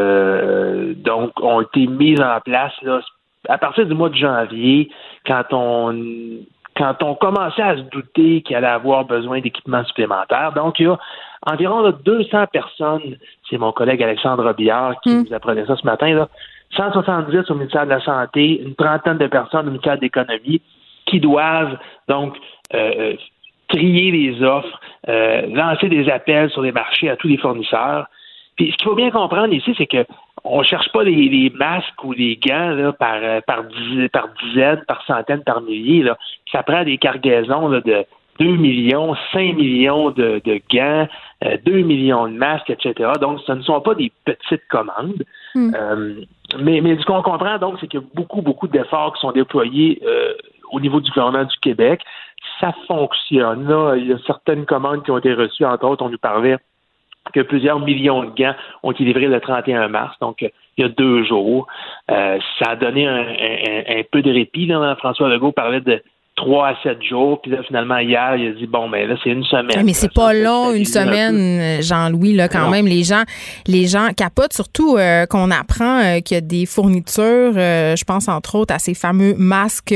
donc ont été mises en place là, à partir du mois de janvier, quand on commençait à se douter qu'il allait avoir besoin d'équipements supplémentaires. Donc, il y a environ là, 200 personnes, c'est mon collègue Alexandre Robillard qui vous apprenait ça ce matin, là, 170 au ministère de la Santé, une trentaine de personnes au ministère de l'Économie qui doivent donc trier les offres, lancer des appels sur les marchés à tous les fournisseurs. Puis ce qu'il faut bien comprendre ici, c'est que on cherche pas les masques ou les gants là, par dizaines, par centaines, par milliers. Là. Ça prend des cargaisons là, de 2 millions, 5 millions de gants, 2 millions de masques, etc. Donc, ce ne sont pas des petites commandes. Mais ce qu'on comprend, donc, c'est qu'il y a beaucoup d'efforts qui sont déployés au niveau du gouvernement du Québec. Ça fonctionne. Là. Il y a certaines commandes qui ont été reçues. Entre autres, on nous parlait que plusieurs millions de gants ont été livrés le 31 mars, donc il y a 2 jours. Ça a donné un peu de répit. Là. François Legault parlait de 3 à 7 jours, puis là, finalement, hier, il a dit, bon, ben là, c'est une semaine. Mais c'est pas long, une semaine, Jean-Louis, là, quand même. Les gens capotent, surtout qu'on apprend qu'il y a des fournitures, je pense, entre autres, à ces fameux masques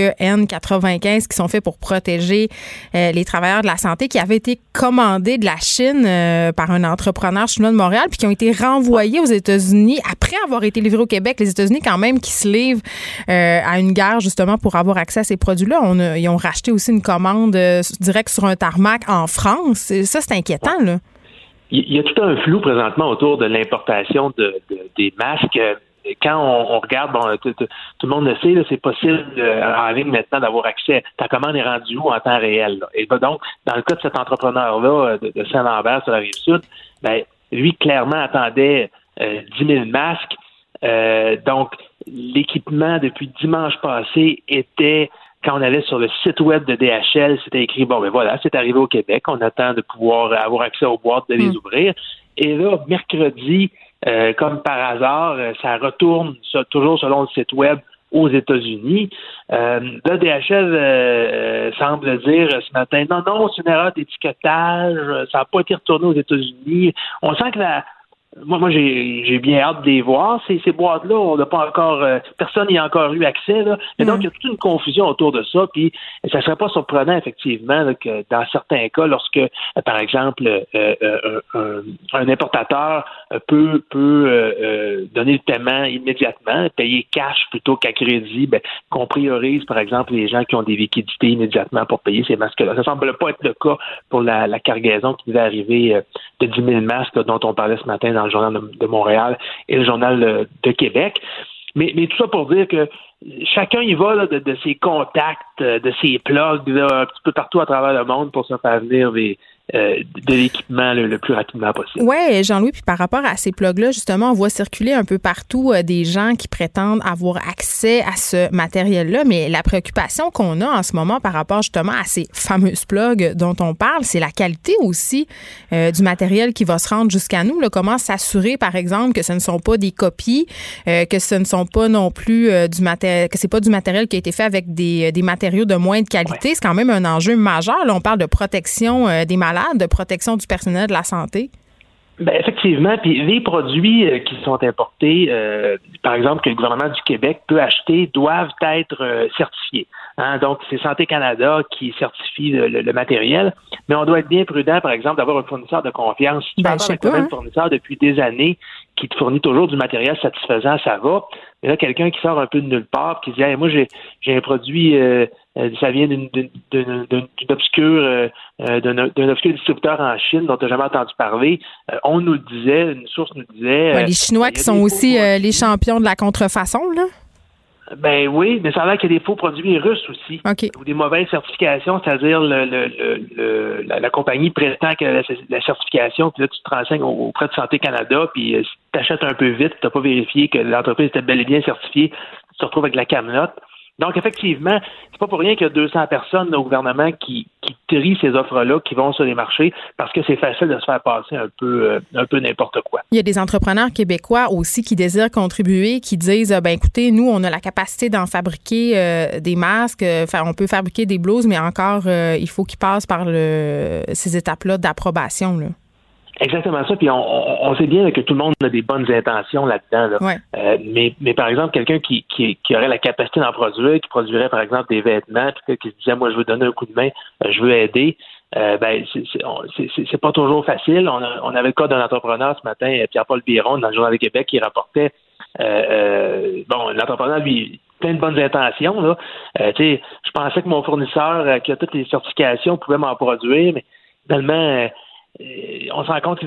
N95 qui sont faits pour protéger les travailleurs de la santé, qui avaient été commandés de la Chine par un entrepreneur chinois de Montréal, puis qui ont été renvoyés aux États-Unis après avoir été livrés au Québec. Les États-Unis, quand même, qui se livrent à une guerre, justement, pour avoir accès à ces produits-là. Ils ont racheté aussi une commande directe sur un tarmac en France. Et ça, c'est inquiétant, là. Il y a tout un flou présentement autour de l'importation des masques. Quand on regarde, bon, tout le monde le sait, là, c'est possible en ligne maintenant d'avoir accès. Ta commande est rendue où en temps réel? Là? Et donc, dans le cas de cet entrepreneur-là de Saint-Lambert sur la Rive-Sud, ben, lui, clairement, attendait 10 000 masques. Donc, l'équipement, depuis dimanche passé, était... Quand on allait sur le site web de DHL, c'était écrit, bon, ben voilà, c'est arrivé au Québec, on attend de pouvoir avoir accès aux boîtes, de les ouvrir. Et là, mercredi, comme par hasard, ça retourne, toujours selon le site web, aux États-Unis. Là, DHL semble dire ce matin, non, c'est une erreur d'étiquetage, ça n'a pas été retourné aux États-Unis. On sent que Moi, j'ai bien hâte de les voir. Ces boîtes-là, on n'a pas encore... personne n'y a encore eu accès. Là. Et donc, il y a toute une confusion autour de ça. Puis, ça serait pas surprenant, effectivement, là, que dans certains cas, lorsque, par exemple, un importateur peut donner le paiement immédiatement, payer cash plutôt qu'à crédit, qu'on priorise, par exemple, les gens qui ont des liquidités immédiatement pour payer ces masques-là. Ça semble pas être le cas pour la cargaison qui devait arriver de 10 000 masques là, dont on parlait ce matin dans le Journal de Montréal et le Journal de Québec. Mais tout ça pour dire que chacun y va là, de ses contacts, de ses plugs là, un petit peu partout à travers le monde pour se faire venir de l'équipement le plus rapidement possible. Oui, Jean-Louis, puis par rapport à ces plugs-là, justement, on voit circuler un peu partout des gens qui prétendent avoir accès à ce matériel-là, mais la préoccupation qu'on a en ce moment par rapport justement à ces fameuses plugs dont on parle, c'est la qualité aussi du matériel qui va se rendre jusqu'à nous. Là. Comment s'assurer, par exemple, que ce ne sont pas des copies, que ce ne sont pas non plus que c'est pas du matériel qui a été fait avec des matériaux de moindre qualité. Ouais. C'est quand même un enjeu majeur. Là, on parle de protection des malades, de protection du personnel de la santé. Ben effectivement, puis les produits qui sont importés, par exemple, que le gouvernement du Québec peut acheter, doivent être certifiés. Hein? Donc, c'est Santé Canada qui certifie le matériel, mais on doit être bien prudent, par exemple, d'avoir un fournisseur de confiance. Si tu parles avec un fournisseur depuis des années qui te fournit toujours du matériel satisfaisant, ça va. Mais là, quelqu'un qui sort un peu de nulle part, qui dit hey, moi j'ai un produit, ça vient d'un obscur distributeur en Chine dont tu n'as jamais entendu parler. On nous le disait, une source nous disait. Les Chinois qui sont aussi les champions de la contrefaçon, là. Ben oui, mais ça a l'air qu'il y a des faux produits russes aussi. Okay. Ou des mauvaises certifications, c'est-à-dire la compagnie prétend que la certification, puis là tu te renseignes auprès de Santé Canada, puis si tu achètes un peu vite, tu n'as pas vérifié que l'entreprise était bel et bien certifiée, tu te retrouves avec la camelote. Donc, effectivement, c'est pas pour rien qu'il y a 200 personnes au gouvernement qui trient ces offres-là, qui vont sur les marchés, parce que c'est facile de se faire passer un peu n'importe quoi. Il y a des entrepreneurs québécois aussi qui désirent contribuer, qui disent, écoutez, nous, on a la capacité d'en fabriquer des masques, on peut fabriquer des blouses, mais encore, il faut qu'ils passent par ces étapes-là d'approbation, là. Exactement ça. Puis on sait bien que tout le monde a des bonnes intentions là-dedans. Là. Ouais. Mais par exemple, quelqu'un qui aurait la capacité d'en produire, qui produirait par exemple des vêtements, puis qui se disait moi je veux donner un coup de main, je veux aider. C'est pas toujours facile. On avait le cas d'un entrepreneur ce matin, Pierre-Paul Biron, dans le Journal du Québec, qui rapportait l'entrepreneur, lui, plein de bonnes intentions. Là. Je pensais que mon fournisseur, qui a toutes les certifications, pouvait m'en produire, mais finalement, on se rend compte que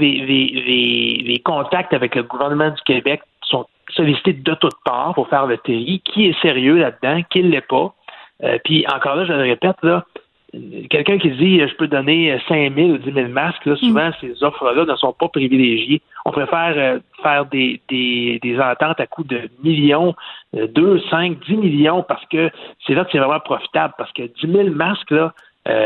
les contacts avec le gouvernement du Québec sont sollicités de toutes parts pour faire le tri. Qui est sérieux là-dedans, qui ne l'est pas. Puis encore là, je le répète, là, quelqu'un qui dit je peux donner 5 000 ou 10 000 masques, là, souvent ces offres-là ne sont pas privilégiées. On préfère faire des ententes à coût de millions, 2, 5, 10 millions, parce que c'est là que c'est vraiment profitable. Parce que 10 000 masques, là,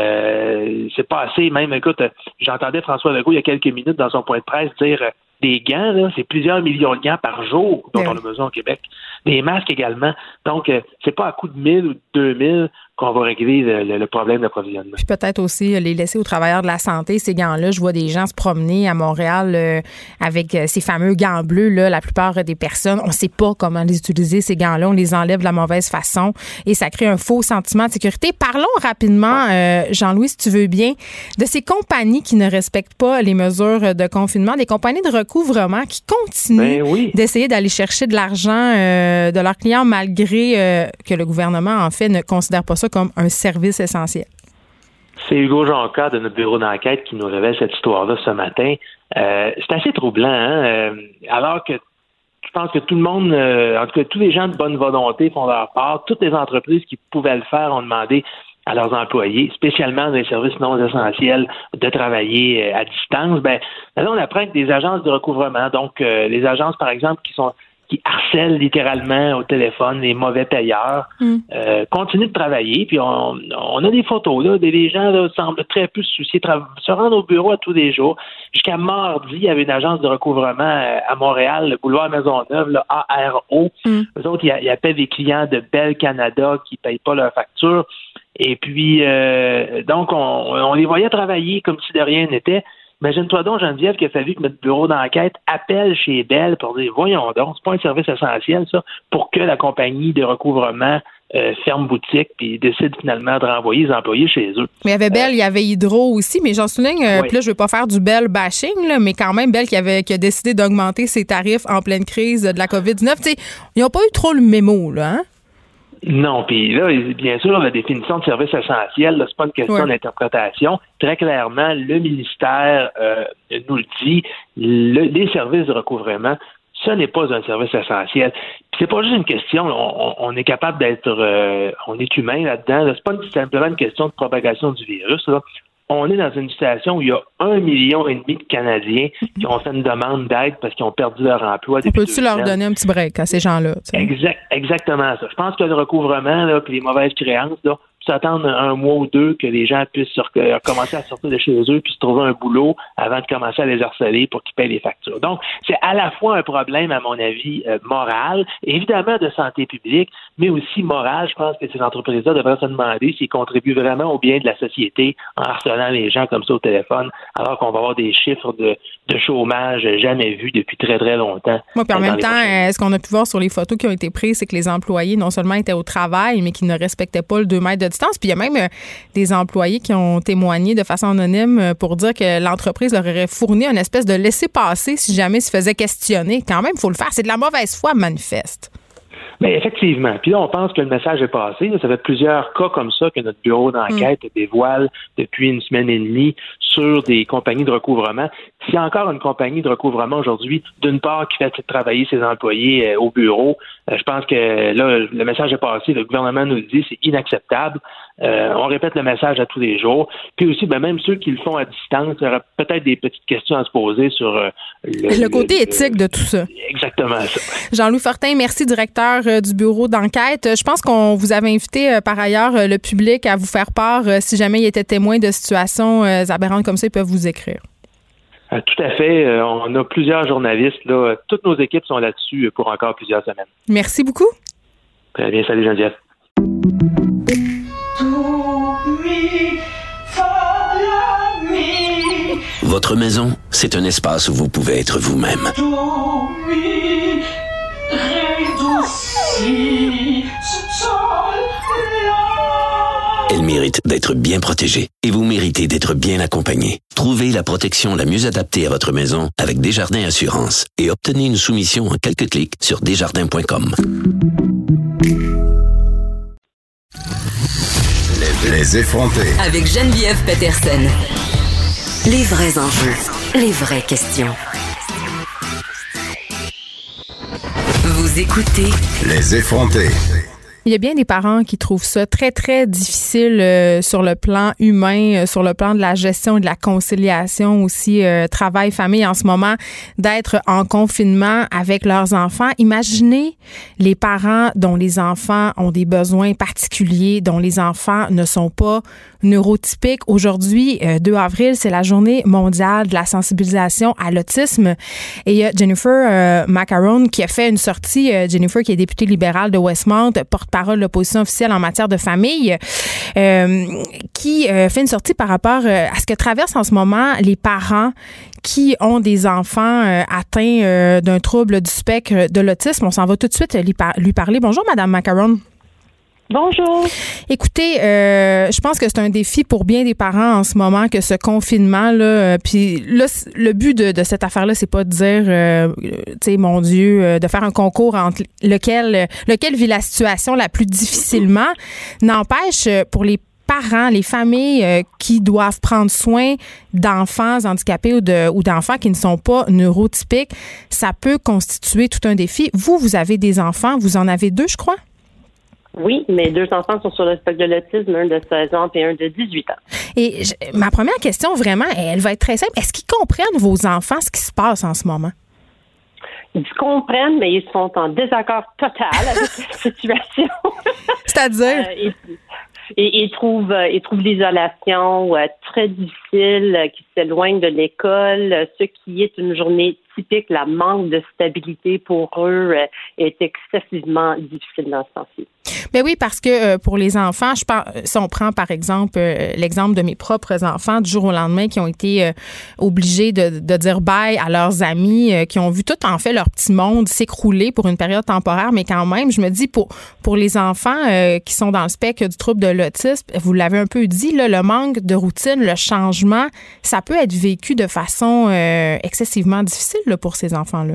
c'est pas assez. Même, écoute, j'entendais François Legault il y a quelques minutes dans son point de presse dire des gants, là, c'est plusieurs millions de gants par jour dont on a besoin au Québec. Des masques également. Donc, c'est pas à coût de 1000 ou de 2000 qu'on va régler le problème d'approvisionnement. Puis peut-être aussi les laisser aux travailleurs de la santé, ces gants-là. Je vois des gens se promener à Montréal avec ces fameux gants bleus. Là, la plupart des personnes, on ne sait pas comment les utiliser, ces gants-là. On les enlève de la mauvaise façon et ça crée un faux sentiment de sécurité. Parlons rapidement, Jean-Louis, si tu veux bien, de ces compagnies qui ne respectent pas les mesures de confinement, des compagnies de recouvrement qui continuent d'essayer d'aller chercher de l'argent de leurs clients malgré que le gouvernement, en fait, ne considère pas ça comme un service essentiel. C'est Hugo Jonca de notre bureau d'enquête qui nous révèle cette histoire-là ce matin. C'est assez troublant, hein? Alors que je pense que tout le monde, en tout cas tous les gens de bonne volonté font leur part. Toutes les entreprises qui pouvaient le faire ont demandé à leurs employés, spécialement dans les services non essentiels, de travailler à distance. Là, on apprend que des agences de recouvrement, donc les agences, par exemple, qui harcèlent littéralement au téléphone les mauvais payeurs, continuent de travailler. Puis on a des photos, là, des gens là, semblent très peu se soucier, se rendre au bureau à tous les jours. Jusqu'à mardi, il y avait une agence de recouvrement à Montréal, le boulevard Maisonneuve, le ARO. Eux autres, ils appellent des clients de Bell Canada qui ne payent pas leurs factures. Et puis, donc, on les voyait travailler comme si de rien n'était. Imagine-toi donc, Geneviève, qu'il a fallu que notre bureau d'enquête appelle chez Bell pour dire, voyons donc, c'est pas un service essentiel, ça, pour que la compagnie de recouvrement ferme boutique et décide finalement de renvoyer les employés chez eux. Mais il y avait Bell, il y avait Hydro aussi, mais j'en souligne, puis là, je veux pas faire du Bell bashing, là, mais quand même, Bell qui a décidé d'augmenter ses tarifs en pleine crise de la COVID-19, tu sais, ils n'ont pas eu trop le mémo, là, hein? Non, puis là, bien sûr, la définition de service essentiel, là, c'est pas une question d'interprétation. Très clairement, le ministère nous le dit, les services de recouvrement, ce n'est pas un service essentiel. Puis c'est pas juste une question, on est capable d'être, on est humain là-dedans. Là, c'est pas simplement une question de propagation du virus. Là. On est dans une situation où il y a 1,5 million de Canadiens qui ont fait une demande d'aide parce qu'ils ont perdu leur emploi. Peux-tu leur donner un petit break à ces gens-là? Exactement ça. Je pense que le recouvrement là, puis les mauvaises créances, là, s'attendre un mois ou deux que les gens puissent commencer à sortir de chez eux puis se trouver un boulot avant de commencer à les harceler pour qu'ils payent les factures. Donc, c'est à la fois un problème, à mon avis, moral, évidemment de santé publique, mais aussi moral. Je pense que ces entreprises-là devraient se demander s'ils contribuent vraiment au bien de la société en harcelant les gens comme ça au téléphone, alors qu'on va avoir des chiffres de chômage jamais vus depuis très, très longtemps. Moi, puis en même temps, ce qu'on a pu voir sur les photos qui ont été prises, c'est que les employés non seulement étaient au travail, mais qu'ils ne respectaient pas le 2 mètres de distance. Puis il y a même des employés qui ont témoigné de façon anonyme pour dire que l'entreprise leur aurait fourni une espèce de laissez-passer si jamais ils se faisaient questionner. Quand même, il faut le faire. C'est de la mauvaise foi manifeste. Bien, effectivement. Puis là, on pense que le message est passé. Ça fait plusieurs cas comme ça que notre bureau d'enquête dévoile depuis une semaine et demie sur des compagnies de recouvrement. S'il y a encore une compagnie de recouvrement aujourd'hui, d'une part, qui fait travailler ses employés au bureau, je pense que là, le message est passé. Le gouvernement nous le dit, c'est inacceptable. On répète le message à tous les jours. Puis aussi, même ceux qui le font à distance, il y aura peut-être des petites questions à se poser sur le côté éthique de tout ça. Exactement ça. Jean-Louis Fortin, merci, directeur du bureau d'enquête. Je pense qu'on vous avait invité par ailleurs le public à vous faire part si jamais il était témoin de situations aberrantes comme ça, ils peuvent vous écrire. Tout à fait. On a plusieurs journalistes. Là. Toutes nos équipes sont là-dessus pour encore plusieurs semaines. Merci beaucoup. Très bien. Salut, Geneviève. Votre maison, c'est un espace où vous pouvez être vous-même. Elle mérite d'être bien protégée et vous méritez d'être bien accompagnée. Trouvez la protection la mieux adaptée à votre maison avec Desjardins Assurance et obtenez une soumission en quelques clics sur desjardins.com. Les effrontés. Avec Geneviève Peterson. Les vrais enjeux, les vraies questions. Vous écoutez Les effrontés. Il y a bien des parents qui trouvent ça très, très difficile sur le plan humain, sur le plan de la gestion et de la conciliation aussi, travail-famille en ce moment, d'être en confinement avec leurs enfants. Imaginez les parents dont les enfants ont des besoins particuliers, dont les enfants ne sont pas neurotypiques. Aujourd'hui, 2 avril, c'est la journée mondiale de la sensibilisation à l'autisme. Et il y a Jennifer Macaron qui a fait une sortie, Jennifer qui est députée libérale de Westmount, porte-parole de l'opposition officielle en matière de famille, qui fait une sortie par rapport à ce que traversent en ce moment les parents qui ont des enfants atteints d'un trouble du spectre de l'autisme. On s'en va tout de suite lui parler. Bonjour, Madame Macaron. Bonjour. Écoutez, je pense que c'est un défi pour bien des parents en ce moment que ce confinement-là. Puis là, le but de cette affaire-là, c'est pas de dire, tu sais, mon Dieu, de faire un concours entre lequel vit la situation la plus difficilement. N'empêche, pour les parents, les familles qui doivent prendre soin d'enfants handicapés ou d'enfants qui ne sont pas neurotypiques, ça peut constituer tout un défi. Vous avez des enfants, vous en avez 2, je crois? Oui, mes 2 enfants sont sur le spectre de l'autisme, un de 16 ans et un de 18 ans. Et ma première question, vraiment, elle va être très simple. Est-ce qu'ils comprennent, vos enfants, ce qui se passe en ce moment? Ils comprennent, mais ils sont en désaccord total avec la situation. C'est-à-dire? Ils trouvent l'isolation très difficile, qui s'éloignent de l'école. Ce qui est une journée typique, la manque de stabilité pour eux est excessivement difficile dans ce temps-ci. Ben oui, parce que pour les enfants, si on prend par exemple l'exemple de mes propres enfants du jour au lendemain qui ont été obligés de dire bye à leurs amis, qui ont vu tout en fait leur petit monde s'écrouler pour une période temporaire, mais quand même, je me dis pour les enfants qui sont dans le spectre du trouble de l'autisme, vous l'avez un peu dit, là, le manque de routine, le changement, ça peut être vécu de façon excessivement difficile là, pour ces enfants-là.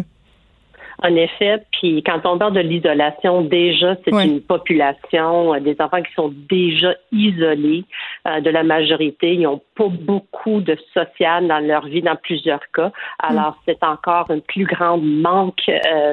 En effet, puis quand on parle de l'isolation, déjà, c'est une population, des enfants qui sont déjà isolés de la majorité. Ils n'ont pas beaucoup de social dans leur vie, dans plusieurs cas. Alors, c'est encore un plus grand manque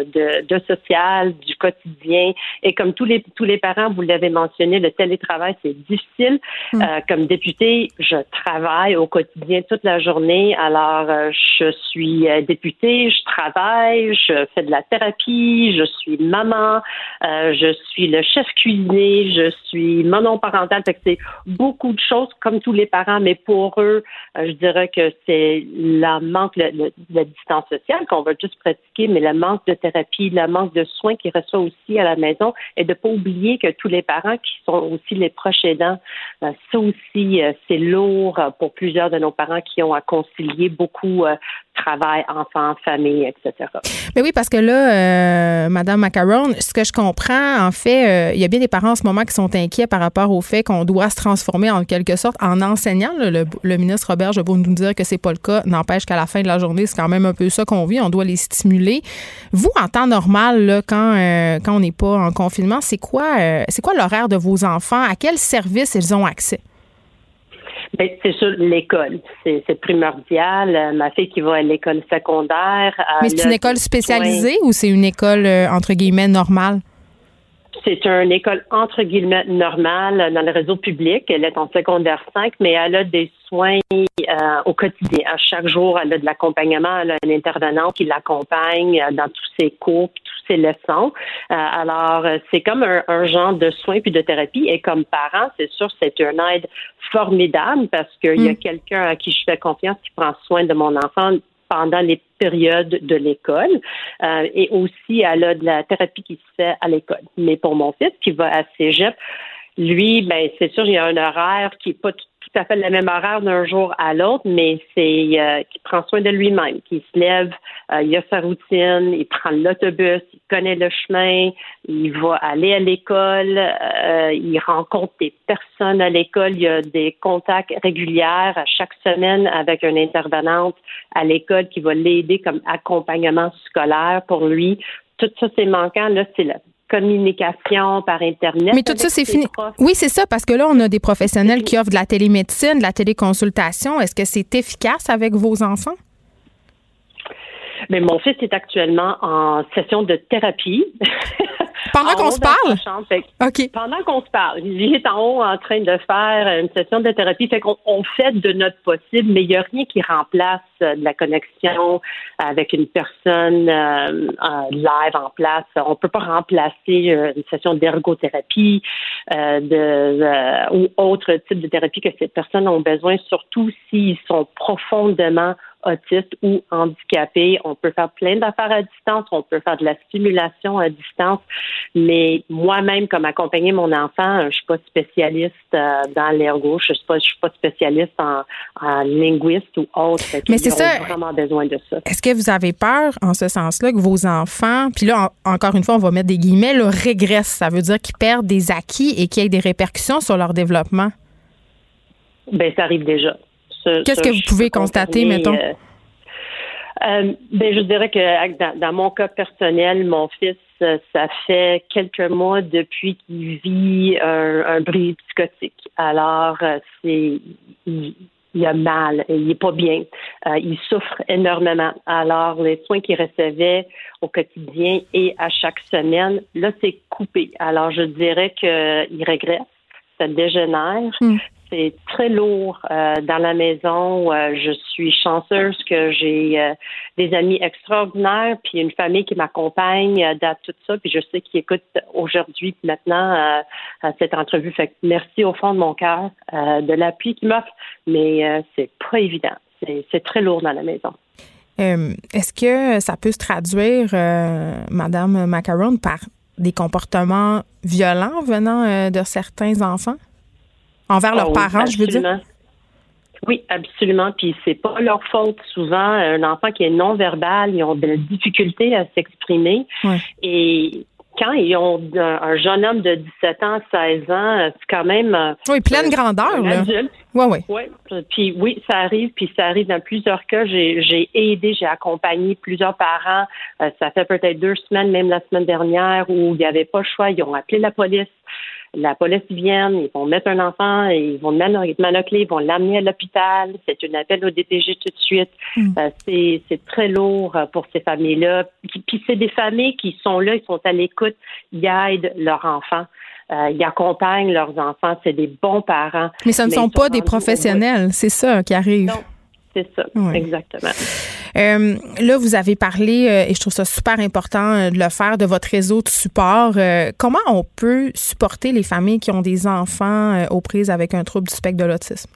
de social, du quotidien. Et comme tous les parents, vous l'avez mentionné, le télétravail, c'est difficile. Comme députée, je travaille au quotidien toute la journée. Alors, je suis députée, je travaille, je fais de la thérapie, je suis maman, je suis le chef cuisinier, je suis monoparentale. Fait que c'est beaucoup de choses comme tous les parents, mais pour eux, je dirais que c'est la distance sociale qu'on va juste pratiquer, mais le manque de thérapie, le manque de soins qu'ils reçoivent aussi à la maison, et de pas oublier que tous les parents qui sont aussi les proches aidants, ça aussi, c'est lourd pour plusieurs de nos parents qui ont à concilier beaucoup travail, enfants, famille, etc. Mais oui, parce que là, Madame Macaron, ce que je comprends, en fait, il y a bien des parents en ce moment qui sont inquiets par rapport au fait qu'on doit se transformer en quelque sorte en enseignant. Le ministre Robert, je vais nous dire que c'est pas le cas. N'empêche qu'à la fin de la journée, c'est quand même un peu ça qu'on vit. On doit les stimuler. Vous, en temps normal, là, quand on n'est pas en confinement, c'est quoi l'horaire de vos enfants? À quel service ils ont accès? Bien, c'est sûr, l'école. C'est primordial. Ma fille qui va à l'école secondaire. Mais c'est une école spécialisée ou c'est une école, entre guillemets, normale? C'est une école, entre guillemets, normale dans le réseau public. Elle est en secondaire 5, mais elle a des soins au quotidien. À chaque jour, elle a de l'accompagnement. Elle a un intervenant qui l'accompagne dans tous ses cours puis tous ses leçons. Alors, c'est comme un genre de soins puis de thérapie. Et comme parent, c'est sûr, c'est une aide formidable parce qu'il y a quelqu'un à qui je fais confiance qui prend soin de mon enfant pendant les périodes de l'école. Et aussi, elle a de la thérapie qui se fait à l'école. Mais pour mon fils qui va à cégep, Lui, ben c'est sûr, il y a un horaire qui n'est pas tout à fait le même horaire d'un jour à l'autre, mais c'est qui prend soin de lui-même, qui se lève, il a sa routine, il prend l'autobus, il connaît le chemin, il va aller à l'école, il rencontre des personnes à l'école, il y a des contacts réguliers à chaque semaine avec une intervenante à l'école qui va l'aider comme accompagnement scolaire pour lui. Tout ça, c'est manquant, là, c'est la communication par Internet. Mais tout ça, c'est fini. Oui, c'est ça, parce que là, on a des professionnels qui offrent de la télémédecine, de la téléconsultation. Est-ce que c'est efficace avec vos enfants? Mais mon fils est actuellement en session de thérapie. Pendant qu'on se parle? OK. Pendant qu'on se parle. Il est en haut en train de faire une session de thérapie. Fait qu'on fait de notre possible, mais il n'y a rien qui remplace de la connexion avec une personne live en place. On ne peut pas remplacer une session d'ergothérapie ou autre type de thérapie que ces personnes ont besoin, surtout s'ils sont profondément autistes ou handicapés. On peut faire plein d'affaires à distance, on peut faire de la stimulation à distance, mais moi-même, comme accompagner mon enfant, je suis pas spécialiste dans l'ergo, je suis pas spécialiste en linguiste ou autre. Mais c'est ça. Vraiment besoin de ça. Est-ce que vous avez peur, en ce sens-là, que vos enfants, puis là, encore une fois, on va mettre des guillemets, là, régressent? Ça veut dire qu'ils perdent des acquis et qu'il y ait des répercussions sur leur développement? Bien, ça arrive déjà. Qu'est-ce que vous pouvez constater, mettons? Je dirais que dans mon cas personnel, mon fils, ça fait quelques mois depuis qu'il vit un bris psychotique. Alors, il a mal, il est pas bien, il souffre énormément. Alors, les soins qu'il recevait au quotidien et à chaque semaine, là, c'est coupé. Alors, je dirais qu'il régresse, ça dégénère. C'est très lourd dans la maison. Je suis chanceuse que j'ai des amis extraordinaires, puis une famille qui m'accompagne dans tout ça. Puis je sais qu'ils écoutent aujourd'hui, puis maintenant, cette entrevue. Fait que merci au fond de mon cœur de l'appui qu'ils m'offrent, mais c'est pas évident. C'est très lourd dans la maison. Est-ce que ça peut se traduire, Madame Macaron, par des comportements violents venant de certains enfants? Envers leurs parents, absolument. Je veux dire? Oui, absolument. Puis c'est pas leur faute. Souvent, un enfant qui est non-verbal, ils ont de la difficulté à s'exprimer. Ouais. Et quand ils ont un jeune homme de 17 ans, 16 ans, c'est quand même... Oui, pleine grandeur, là. Adulte. Oui. Puis oui, ça arrive dans plusieurs cas. J'ai aidé, j'ai accompagné plusieurs parents. Ça fait peut-être 2 semaines, même la semaine dernière, où il n'y avait pas le choix. Ils ont appelé la police. La police vient, ils vont mettre un enfant, ils vont le manocler, ils vont l'amener à l'hôpital. C'est un appel au DPJ tout de suite. C'est très lourd pour ces familles-là. Puis c'est des familles qui sont là, ils sont à l'écoute, ils aident leurs enfants. Ils accompagnent leurs enfants. C'est des bons parents. Mais ce ne sont pas des professionnels. C'est ça qui arrive. Non. C'est ça, exactement. Là, vous avez parlé, et je trouve ça super important de le faire, de votre réseau de support. Comment on peut supporter les familles qui ont des enfants aux prises avec un trouble du spectre de l'autisme?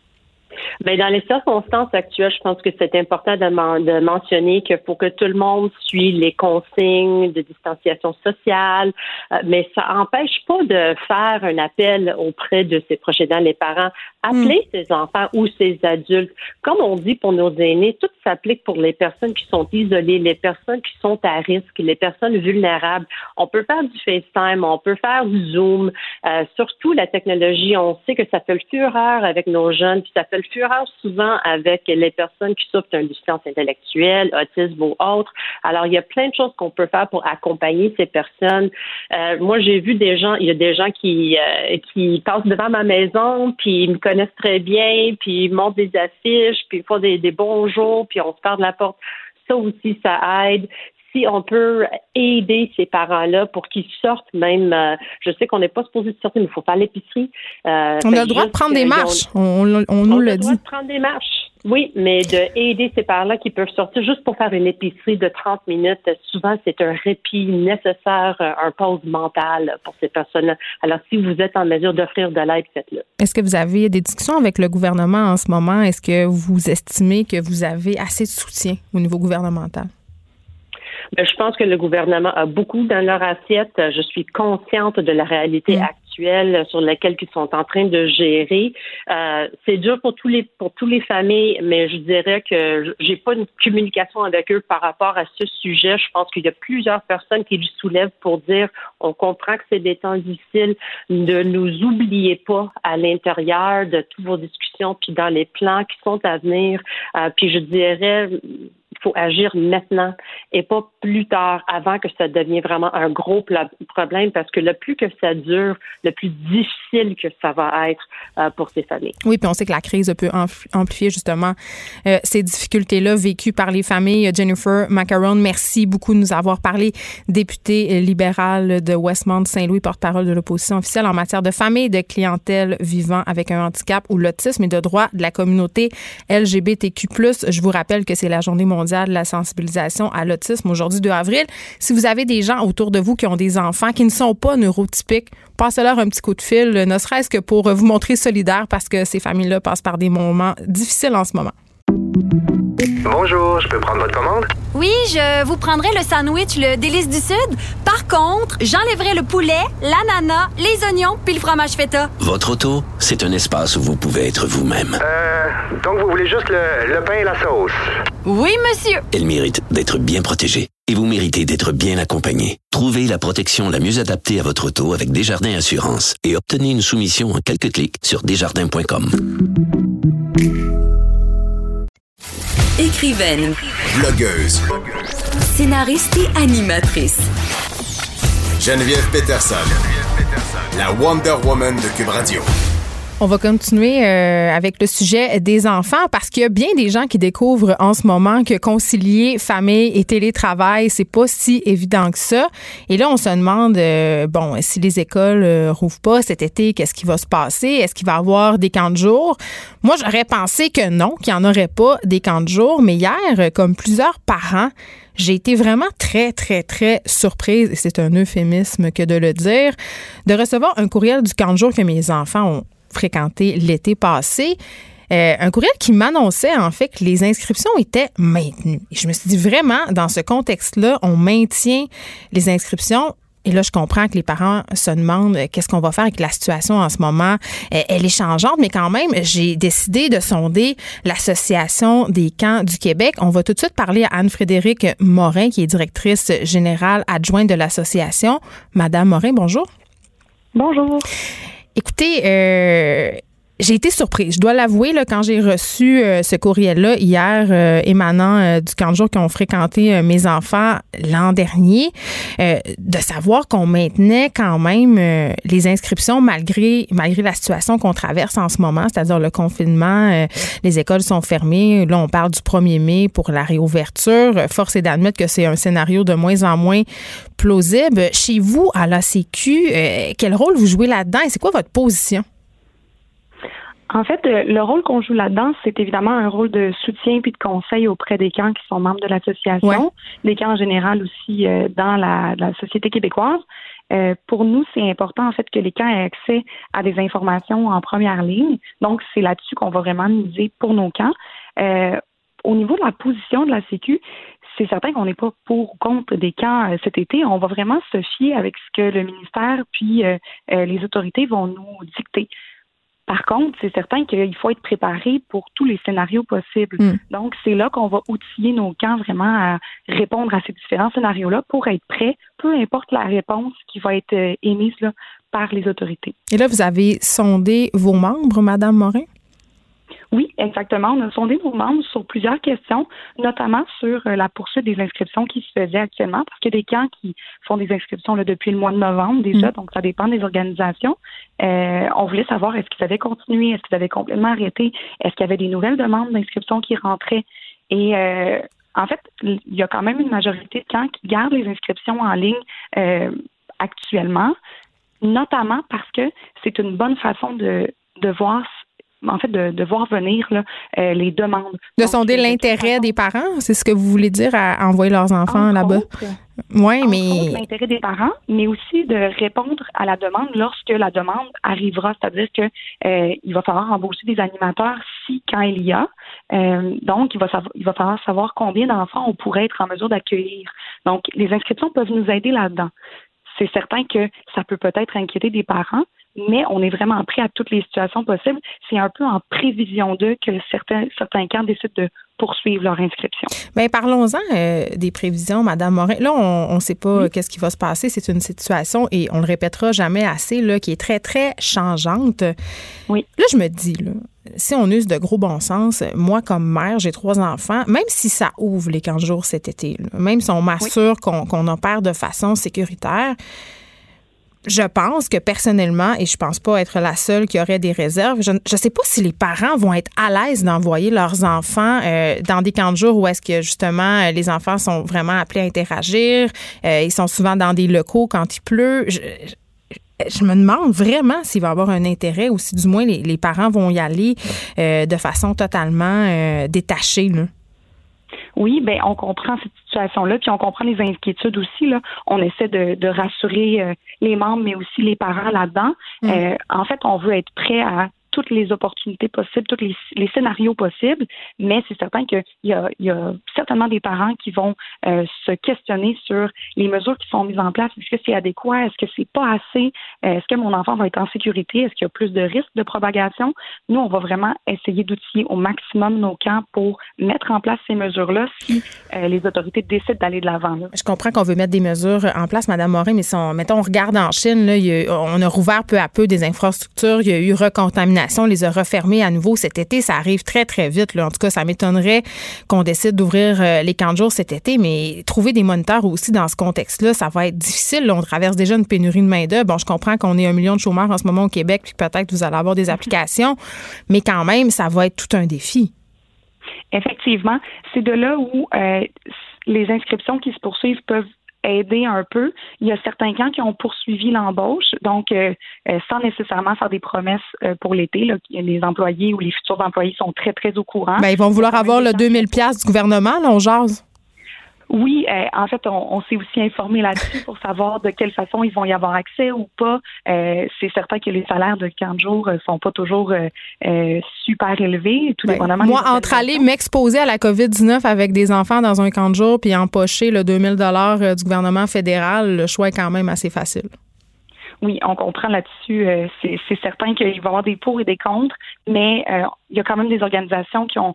Bien, dans les circonstances actuelles, je pense que c'est important de mentionner qu'il faut que tout le monde suive les consignes de distanciation sociale, mais ça n'empêche pas de faire un appel auprès de ses proches aidants, les parents. Appelez ses enfants ou ses adultes. Comme on dit pour nos aînés, tout s'applique pour les personnes qui sont isolées, les personnes qui sont à risque, les personnes vulnérables. On peut faire du FaceTime, on peut faire du Zoom. Surtout la technologie, on sait que ça fait le fureur avec nos jeunes, puis ça fait le fureur souvent avec les personnes qui souffrent d'une déficience intellectuelle, autisme ou autre. Alors, il y a plein de choses qu'on peut faire pour accompagner ces personnes. Moi, j'ai vu il y a des gens qui passent devant ma maison, puis ils me connaissent très bien, puis ils montrent des affiches, puis ils font des bonjours, puis on se parle de la porte. Ça aussi, ça aide. Si on peut aider ces parents-là pour qu'ils sortent même, je sais qu'on n'est pas supposé de sortir, mais il faut faire l'épicerie. On a le droit de prendre des marches, on nous le dit. On a le droit de prendre des marches, oui, mais d'aider ces parents-là qui peuvent sortir juste pour faire une épicerie de 30 minutes, souvent c'est un répit nécessaire, un pause mentale pour ces personnes-là. Alors, si vous êtes en mesure d'offrir de l'aide, faites-le. Est-ce que vous avez des discussions avec le gouvernement en ce moment? Est-ce que vous estimez que vous avez assez de soutien au niveau gouvernemental? Je pense que le gouvernement a beaucoup dans leur assiette. Je suis consciente de la réalité actuelle actuelle sur laquelle ils sont en train de gérer. C'est dur pour tous les familles, mais je dirais que j'ai pas une communication avec eux par rapport à ce sujet. Je pense qu'il y a plusieurs personnes qui lui soulèvent pour dire on comprend que c'est des temps difficiles, ne nous oubliez pas à l'intérieur de toutes vos discussions puis dans les plans qui sont à venir. Puis je dirais il faut agir maintenant et pas plus tard, avant que ça devienne vraiment un gros problème, parce que le plus que ça dure, le plus difficile que ça va être pour ces familles. Oui, puis on sait que la crise peut amplifier justement ces difficultés-là vécues par les familles. Jennifer Macaron, merci beaucoup de nous avoir parlé, députée libérale de Westmount-Saint-Louis, porte-parole de l'opposition officielle en matière de famille, de clientèle vivant avec un handicap ou l'autisme et de droits de la communauté LGBTQ+. Je vous rappelle que c'est la journée mondiale de la sensibilisation à l'autisme aujourd'hui 2 avril. Si vous avez des gens autour de vous qui ont des enfants qui ne sont pas neurotypiques, passez-leur un petit coup de fil, ne serait-ce que pour vous montrer solidaire parce que ces familles-là passent par des moments difficiles en ce moment. Bonjour, je peux prendre votre commande? Oui, je vous prendrai le sandwich, le délice du Sud. Par contre, j'enlèverai le poulet, l'ananas, les oignons puis le fromage feta. Votre auto, c'est un espace où vous pouvez être vous-même. Donc vous voulez juste le pain et la sauce? Oui, monsieur. Elle mérite d'être bien protégée et vous méritez d'être bien accompagné. Trouvez la protection la mieux adaptée à votre auto avec Desjardins Assurance et obtenez une soumission en quelques clics sur desjardins.com. Écrivaine, Blogueuse, scénariste et animatrice. Geneviève Peterson, la Wonder Woman de Cube Radio. On va continuer avec le sujet des enfants parce qu'il y a bien des gens qui découvrent en ce moment que concilier famille et télétravail, c'est pas si évident que ça. Et là, on se demande, si les écoles rouvrent pas cet été, qu'est-ce qui va se passer? Est-ce qu'il va y avoir des camps de jour? Moi, j'aurais pensé que non, qu'il n'y en aurait pas des camps de jour. Mais hier, comme plusieurs parents, j'ai été vraiment très, très, très surprise, et c'est un euphémisme que de le dire, de recevoir un courriel du camp de jour que mes enfants ont fréquenté l'été passé. Un courriel qui m'annonçait en fait que les inscriptions étaient maintenues. Et je me suis dit vraiment, dans ce contexte-là, on maintient les inscriptions. Et là, je comprends que les parents se demandent qu'est-ce qu'on va faire avec la situation en ce moment. Elle est changeante, mais quand même, j'ai décidé de sonder l'Association des camps du Québec. On va tout de suite parler à Anne-Frédérique Morin, qui est directrice générale adjointe de l'association. Madame Morin, bonjour. Bonjour. Écoutez, j'ai été surprise. Je dois l'avouer, là, quand j'ai reçu ce courriel-là hier, émanant du camp de jour qu'ont fréquenté mes enfants l'an dernier, de savoir qu'on maintenait quand même les inscriptions malgré la situation qu'on traverse en ce moment, c'est-à-dire le confinement, les écoles sont fermées. Là, on parle du 1er mai pour la réouverture. Force est d'admettre que c'est un scénario de moins en moins plausible. Chez vous, à l'ACQ, quel rôle vous jouez là-dedans et c'est quoi votre position? En fait, le rôle qu'on joue là-dedans, c'est évidemment un rôle de soutien puis de conseil auprès des camps qui sont membres de l'association, des camps en général aussi dans la société québécoise. Pour nous, c'est important en fait que les camps aient accès à des informations en première ligne. Donc, c'est là-dessus qu'on va vraiment miser pour nos camps. Au niveau de la position de la Sécu, c'est certain qu'on n'est pas pour ou contre des camps cet été. On va vraiment se fier avec ce que le ministère puis les autorités vont nous dicter. Par contre, c'est certain qu'il faut être préparé pour tous les scénarios possibles. Donc, c'est là qu'on va outiller nos camps vraiment à répondre à ces différents scénarios-là pour être prêts, peu importe la réponse qui va être émise là, par les autorités. Et là, vous avez sondé vos membres, Madame Morin? Oui, exactement. On a sondé nos membres sur plusieurs questions, notamment sur la poursuite des inscriptions qui se faisaient actuellement, parce qu'il y a des camps qui font des inscriptions là, depuis le mois de novembre déjà, donc ça dépend des organisations. On voulait savoir est-ce qu'ils avaient continué, est-ce qu'ils avaient complètement arrêté, est-ce qu'il y avait des nouvelles demandes d'inscription qui rentraient. Et en fait, il y a quand même une majorité de camps qui gardent les inscriptions en ligne actuellement, notamment parce que c'est une bonne façon de voir de voir venir là, les demandes. De sonder l'intérêt des parents, c'est ce que vous voulez dire à envoyer leurs enfants là-bas? Oui, mais... l'intérêt des parents, mais aussi de répondre à la demande lorsque la demande arrivera. C'est-à-dire que il va falloir embaucher des animateurs quand il y a. Donc, il va falloir savoir combien d'enfants on pourrait être en mesure d'accueillir. Donc, les inscriptions peuvent nous aider là-dedans. C'est certain que ça peut peut-être inquiéter des parents, mais on est vraiment prêt à toutes les situations possibles. C'est un peu en prévision d'eux que certains camps décident de poursuivre leur inscription. Bien, parlons-en des prévisions, Mme Morin. Là, on ne sait pas qu'est-ce qui va se passer. C'est une situation, et on le répétera jamais assez, là, qui est très, très changeante. Oui. Là, je me dis, là, si on use de gros bon sens, moi, comme mère, j'ai 3 enfants, même si ça ouvre les 15 jours cet été, là, même si on m'assure qu'on opère de façon sécuritaire, je pense que personnellement, et je pense pas être la seule qui aurait des réserves, je ne sais pas si les parents vont être à l'aise d'envoyer leurs enfants dans des camps de jour où est-ce que justement les enfants sont vraiment appelés à interagir. Ils sont souvent dans des locaux quand il pleut. Je me demande vraiment s'il va y avoir un intérêt ou si du moins les parents vont y aller de façon totalement détachée, là. Oui, ben on comprend cette situation-là, puis on comprend les inquiétudes aussi. Là, on essaie de rassurer les membres, mais aussi les parents là-dedans. En fait, on veut être prêt à toutes les opportunités possibles, tous les scénarios possibles, mais c'est certain qu'il y a certainement des parents qui vont se questionner sur les mesures qui sont mises en place. Est-ce que c'est adéquat? Est-ce que c'est pas assez? Est-ce que mon enfant va être en sécurité? Est-ce qu'il y a plus de risques de propagation? Nous, on va vraiment essayer d'outiller au maximum nos camps pour mettre en place ces mesures-là si les autorités décident d'aller de l'avant. Là. Je comprends qu'on veut mettre des mesures en place, Mme Morin, mais si on regarde en Chine, là, on a rouvert peu à peu des infrastructures, il y a eu recontamination. On les a refermés à nouveau cet été. Ça arrive très, très vite. Là. En tout cas, ça m'étonnerait qu'on décide d'ouvrir les camps de jour cet été, mais trouver des moniteurs aussi dans ce contexte-là, ça va être difficile. Là. On traverse déjà une pénurie de main-d'œuvre. Bon, je comprends qu'on est 1 million de chômeurs en ce moment au Québec, puis peut-être que vous allez avoir des applications, mais quand même, ça va être tout un défi. Effectivement. C'est de là où les inscriptions qui se poursuivent peuvent aider un peu. Il y a certains camps qui ont poursuivi l'embauche, donc sans nécessairement faire des promesses pour l'été. Là, les employés ou les futurs employés sont très, très au courant. Bien, ils vont vouloir avoir le 2000 $ du gouvernement, là, on jase. Oui, en fait, on s'est aussi informé là-dessus pour savoir de quelle façon ils vont y avoir accès ou pas. C'est certain que les salaires de 15 jours sont pas toujours super élevés, tout dépendamment. Moi, entre aller m'exposer à la COVID-19 avec des enfants dans un camp de jour puis empocher le 2000 $ du gouvernement fédéral, le choix est quand même assez facile. Oui, on comprend là-dessus. C'est certain qu'il va y avoir des pour et des contre, mais il y a quand même des organisations qui ont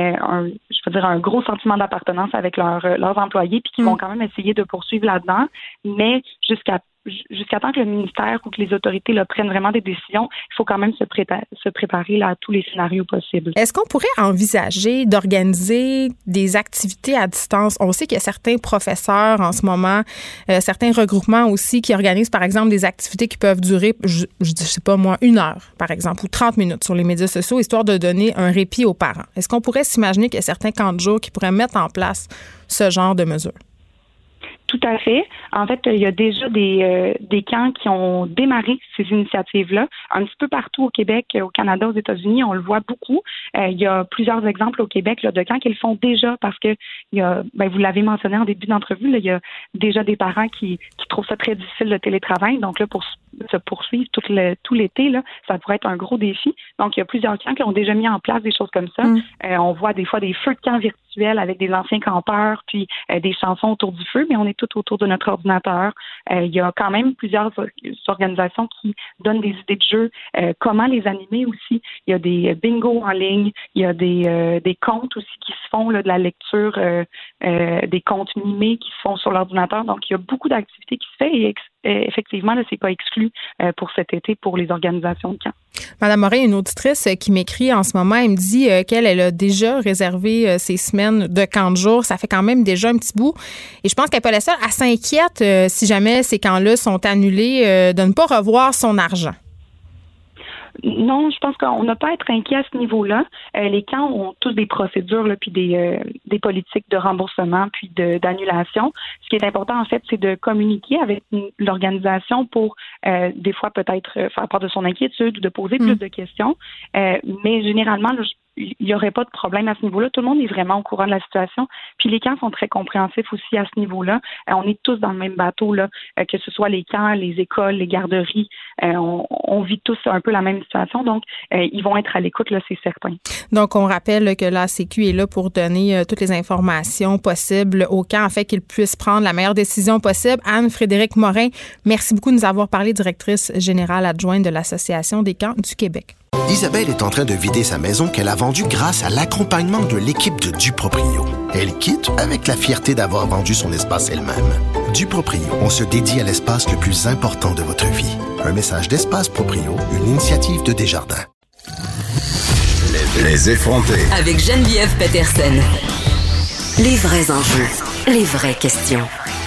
un gros sentiment d'appartenance avec leurs employés puis qui vont quand même essayer de poursuivre là-dedans. Mais jusqu'à temps que le ministère ou que les autorités là, prennent vraiment des décisions, il faut quand même se préparer là, à tous les scénarios possibles. Est-ce qu'on pourrait envisager d'organiser des activités à distance? On sait qu'il y a certains professeurs en ce moment, certains regroupements aussi qui organisent, par exemple, des activités qui peuvent durer, je sais pas moi, 1 heure, par exemple, ou 30 minutes sur les médias sociaux, histoire de donner un répit aux parents. Est-ce qu'on pourrait s'imaginer qu'il y a certains camps de jour qui pourraient mettre en place ce genre de mesures? Tout à fait. En fait, il y a déjà des camps qui ont démarré ces initiatives-là un petit peu partout au Québec, au Canada, aux États-Unis. On le voit beaucoup. Il y a plusieurs exemples au Québec là, de camps qui le font déjà parce que vous l'avez mentionné en début d'entrevue, là, il y a déjà des parents qui trouvent ça très difficile le télétravail. Donc là, pour se poursuivre tout l'été, là, ça pourrait être un gros défi. Donc, il y a plusieurs camps qui ont déjà mis en place des choses comme ça. On voit des fois des feux de camp virtuels avec des anciens campeurs, puis des chansons autour du feu, mais on est tout autour de notre ordinateur. Il y a quand même plusieurs organisations qui donnent des idées de jeu, comment les animer aussi. Il y a des bingos en ligne, il y a des contes aussi qui se font, là, de la lecture, des contes mimés qui se font sur l'ordinateur. Donc, il y a beaucoup d'activités qui se font et effectivement, là, c'est pas exclu pour cet été pour les organisations de camp. Madame Morin, une auditrice qui m'écrit en ce moment, elle me dit qu'elle a déjà réservé ses semaines de camp de jour. Ça fait quand même déjà un petit bout. Et je pense qu'elle peut laisser ça. Elle s'inquiète si jamais ces camps-là sont annulés de ne pas revoir son argent. Non, je pense qu'on n'a pas à être inquiet à ce niveau-là. Les camps ont tous des procédures là, puis des politiques de remboursement puis d'annulation. Ce qui est important, en fait, c'est de communiquer avec l'organisation pour des fois peut-être faire part de son inquiétude ou de poser plus de questions. Mais généralement, là, il n'y aurait pas de problème à ce niveau-là. Tout le monde est vraiment au courant de la situation. Puis les camps sont très compréhensifs aussi à ce niveau-là. On est tous dans le même bateau, là, que ce soit les camps, les écoles, les garderies. On vit tous un peu la même situation. Donc, ils vont être à l'écoute, là, c'est certain. Donc, on rappelle que la Sécu est là pour donner toutes les informations possibles aux camps afin qu'ils puissent prendre la meilleure décision possible. Anne-Frédérique Morin, merci beaucoup de nous avoir parlé, directrice générale adjointe de l'Association des camps du Québec. Isabelle est en train de vider sa maison qu'elle a vendue grâce à l'accompagnement de l'équipe de Duproprio. Elle quitte avec la fierté d'avoir vendu son espace elle-même. Duproprio, on se dédie à l'espace le plus important de votre vie. Un message d'Espace Proprio, une initiative de Desjardins. Les effrontés. Avec Geneviève Peterson. Les vrais enjeux, les vraies questions.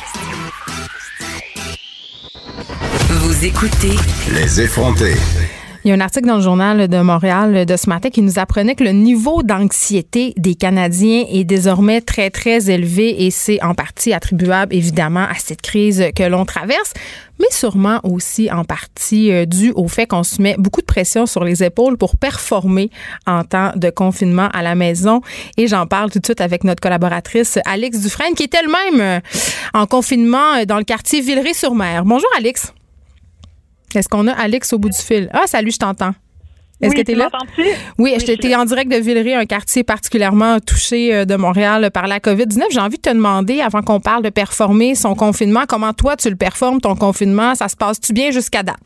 Vous écoutez Les effrontés. Il y a un article dans le Journal de Montréal de ce matin qui nous apprenait que le niveau d'anxiété des Canadiens est désormais très, très élevé et c'est en partie attribuable, évidemment, à cette crise que l'on traverse, mais sûrement aussi en partie dû au fait qu'on se met beaucoup de pression sur les épaules pour performer en temps de confinement à la maison. Et j'en parle tout de suite avec notre collaboratrice Alix Dufresne, qui est elle-même en confinement dans le quartier Villeray-sur-Mer. Bonjour, Alix. Est-ce qu'on a Alix au bout du fil? Ah, salut, je t'entends. Est-ce que tu es là? Oui, j'étais en direct de Villeray, un quartier particulièrement touché de Montréal par la COVID-19. J'ai envie de te demander, avant qu'on parle de performer son confinement, comment toi, tu le performes, ton confinement? Ça se passe-tu bien jusqu'à date?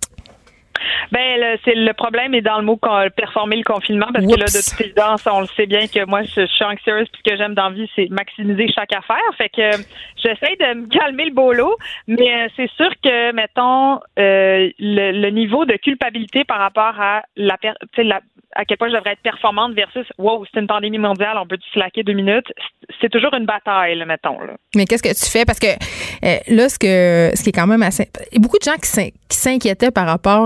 C'est le problème est dans le mot performer le confinement, parce que là, de toute évidence, on le sait bien que moi, je suis anxieuse, puis ce que j'aime dans la vie, c'est maximiser chaque affaire. Fait que j'essaie de me calmer le beau lot, mais c'est sûr que, mettons, le niveau de culpabilité par rapport à à quel point je devrais être performante versus wow, c'est une pandémie mondiale, on peut se slacker 2 minutes. C'est toujours une bataille, là, mettons. Là. Mais qu'est-ce que tu fais? Parce que là, ce qui est quand même assez... Il y a beaucoup de gens qui s'inquiétaient par rapport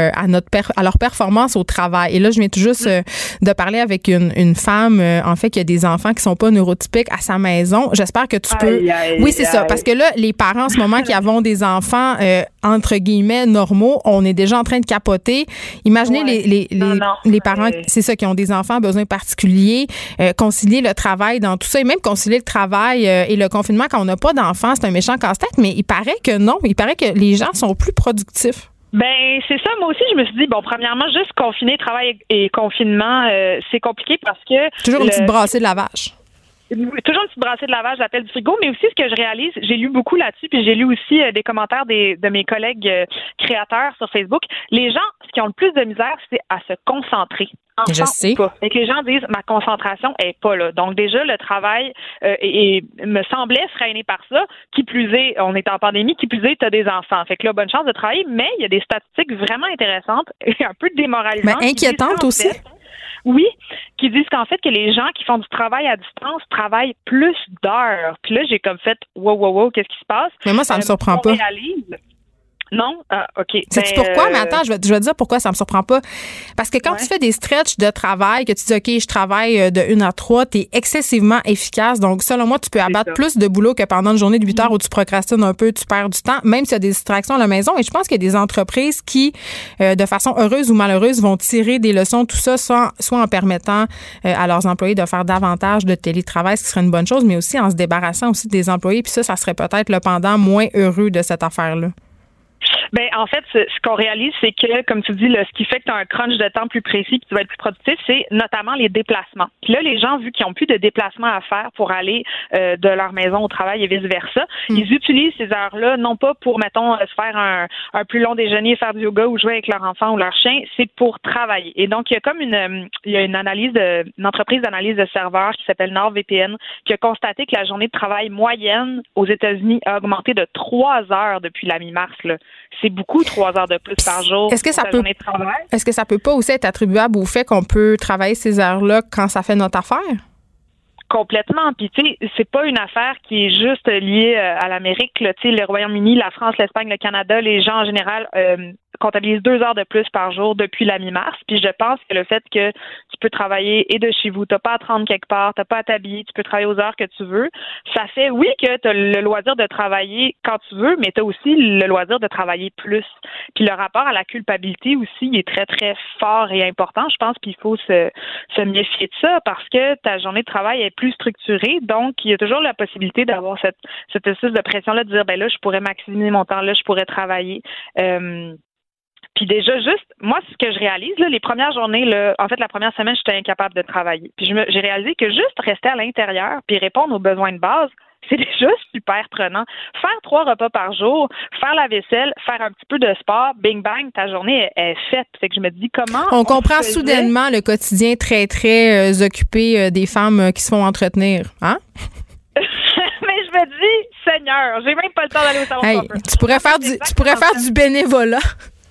à leur performance au travail. Et là, je viens tout juste de parler avec une femme, en fait, qui a des enfants qui sont pas neurotypiques à sa maison. J'espère que tu peux... Oui, c'est ça. Parce que là, les parents, en ce moment, qui avons des enfants, entre guillemets, normaux, on est déjà en train de capoter. Imaginez les parents, c'est ça, qui ont des enfants à besoins particuliers, concilier le travail dans tout ça, et même concilier le travail et le confinement quand on n'a pas d'enfants, c'est un méchant casse-tête, mais il paraît que non. Il paraît que les gens sont plus productifs. Ben, c'est ça. Moi aussi, je me suis dit, bon, premièrement, juste confiner, travail et confinement, c'est compliqué parce que... Toujours une petite brassée de lavage. Toujours une petite brassée de lavage, l'appel du frigo, mais aussi ce que je réalise, j'ai lu beaucoup là-dessus, puis j'ai lu aussi des commentaires de mes collègues créateurs sur Facebook. Les gens, ce qui ont le plus de misère, c'est à se concentrer. Je sais. Et que les gens disent, ma concentration est pas là. Donc déjà, le travail me semblait freiner par ça. Qui plus est, on est en pandémie, qui plus est, t'as des enfants. Fait que là, bonne chance de travailler, mais il y a des statistiques vraiment intéressantes et un peu démoralisantes. Mais inquiétantes aussi. Oui, qui disent qu'en fait, que les gens qui font du travail à distance travaillent plus d'heures. Puis là, j'ai comme fait, wow, qu'est-ce qui se passe? Mais moi, ça me surprend pas. Non? OK. Sais-tu pourquoi? Mais attends, je vais te dire pourquoi ça me surprend pas. Parce que quand tu fais des stretches de travail, que tu dis, OK, je travaille de 1 à 3, tu es excessivement efficace. Donc, selon moi, tu peux abattre plus de boulot que pendant une journée de 8 heures où tu procrastines un peu, tu perds du temps, même s'il y a des distractions à la maison. Et je pense qu'il y a des entreprises qui, de façon heureuse ou malheureuse, vont tirer des leçons de tout ça, soit en permettant à leurs employés de faire davantage de télétravail, ce qui serait une bonne chose, mais aussi en se débarrassant aussi des employés. Puis ça serait peut-être le pendant moins heureux de cette affaire-là. Ben, en fait, ce qu'on réalise, c'est que, comme tu dis, ce qui fait que tu as un crunch de temps plus précis et tu vas être plus productif, c'est notamment les déplacements. Puis là, les gens, vu qu'ils n'ont plus de déplacements à faire pour aller de leur maison au travail et vice-versa, ils utilisent ces heures-là, non pas pour, mettons, se faire un plus long déjeuner, faire du yoga ou jouer avec leur enfant ou leur chien, c'est pour travailler. Et donc, il y a comme une entreprise d'analyse de serveurs qui s'appelle NordVPN qui a constaté que la journée de travail moyenne aux États-Unis a augmenté de 3 heures depuis la mi-mars, là. C'est beaucoup, 3 heures de plus par jour. Est-ce que ça peut pas aussi être attribuable au fait qu'on peut travailler ces heures-là quand ça fait notre affaire? Complètement. Puis, tu sais, c'est pas une affaire qui est juste liée à l'Amérique. Tu sais, le Royaume-Uni, la France, l'Espagne, le Canada, les gens en général comptabilise 2 heures de plus par jour depuis la mi-mars. Puis je pense que le fait que tu peux travailler et de chez vous, t'as pas à te rendre quelque part, t'as pas à t'habiller, tu peux travailler aux heures que tu veux, ça fait, oui, que t'as le loisir de travailler quand tu veux, mais t'as aussi le loisir de travailler plus. Puis le rapport à la culpabilité aussi, il est très, très fort et important, je pense, puis il faut se méfier de ça parce que ta journée de travail est plus structurée, donc il y a toujours la possibilité d'avoir cette espèce de pression-là, de dire, ben là, je pourrais maximiser mon temps, là, je pourrais travailler. Puis déjà, juste, moi, ce que je réalise, là, les premières journées, là, en fait, la première semaine, j'étais incapable de travailler. Puis j'ai réalisé que juste rester à l'intérieur puis répondre aux besoins de base, c'est déjà super prenant. Faire 3 repas par jour, faire la vaisselle, faire un petit peu de sport, bing bang, ta journée est faite. Fait que je me dis comment... On comprend soudainement le quotidien très, très occupé des femmes qui se font entretenir. Hein? Mais je me dis, Seigneur, j'ai même pas le temps d'aller au salon de coiffeur. Tu pourrais faire du bénévolat.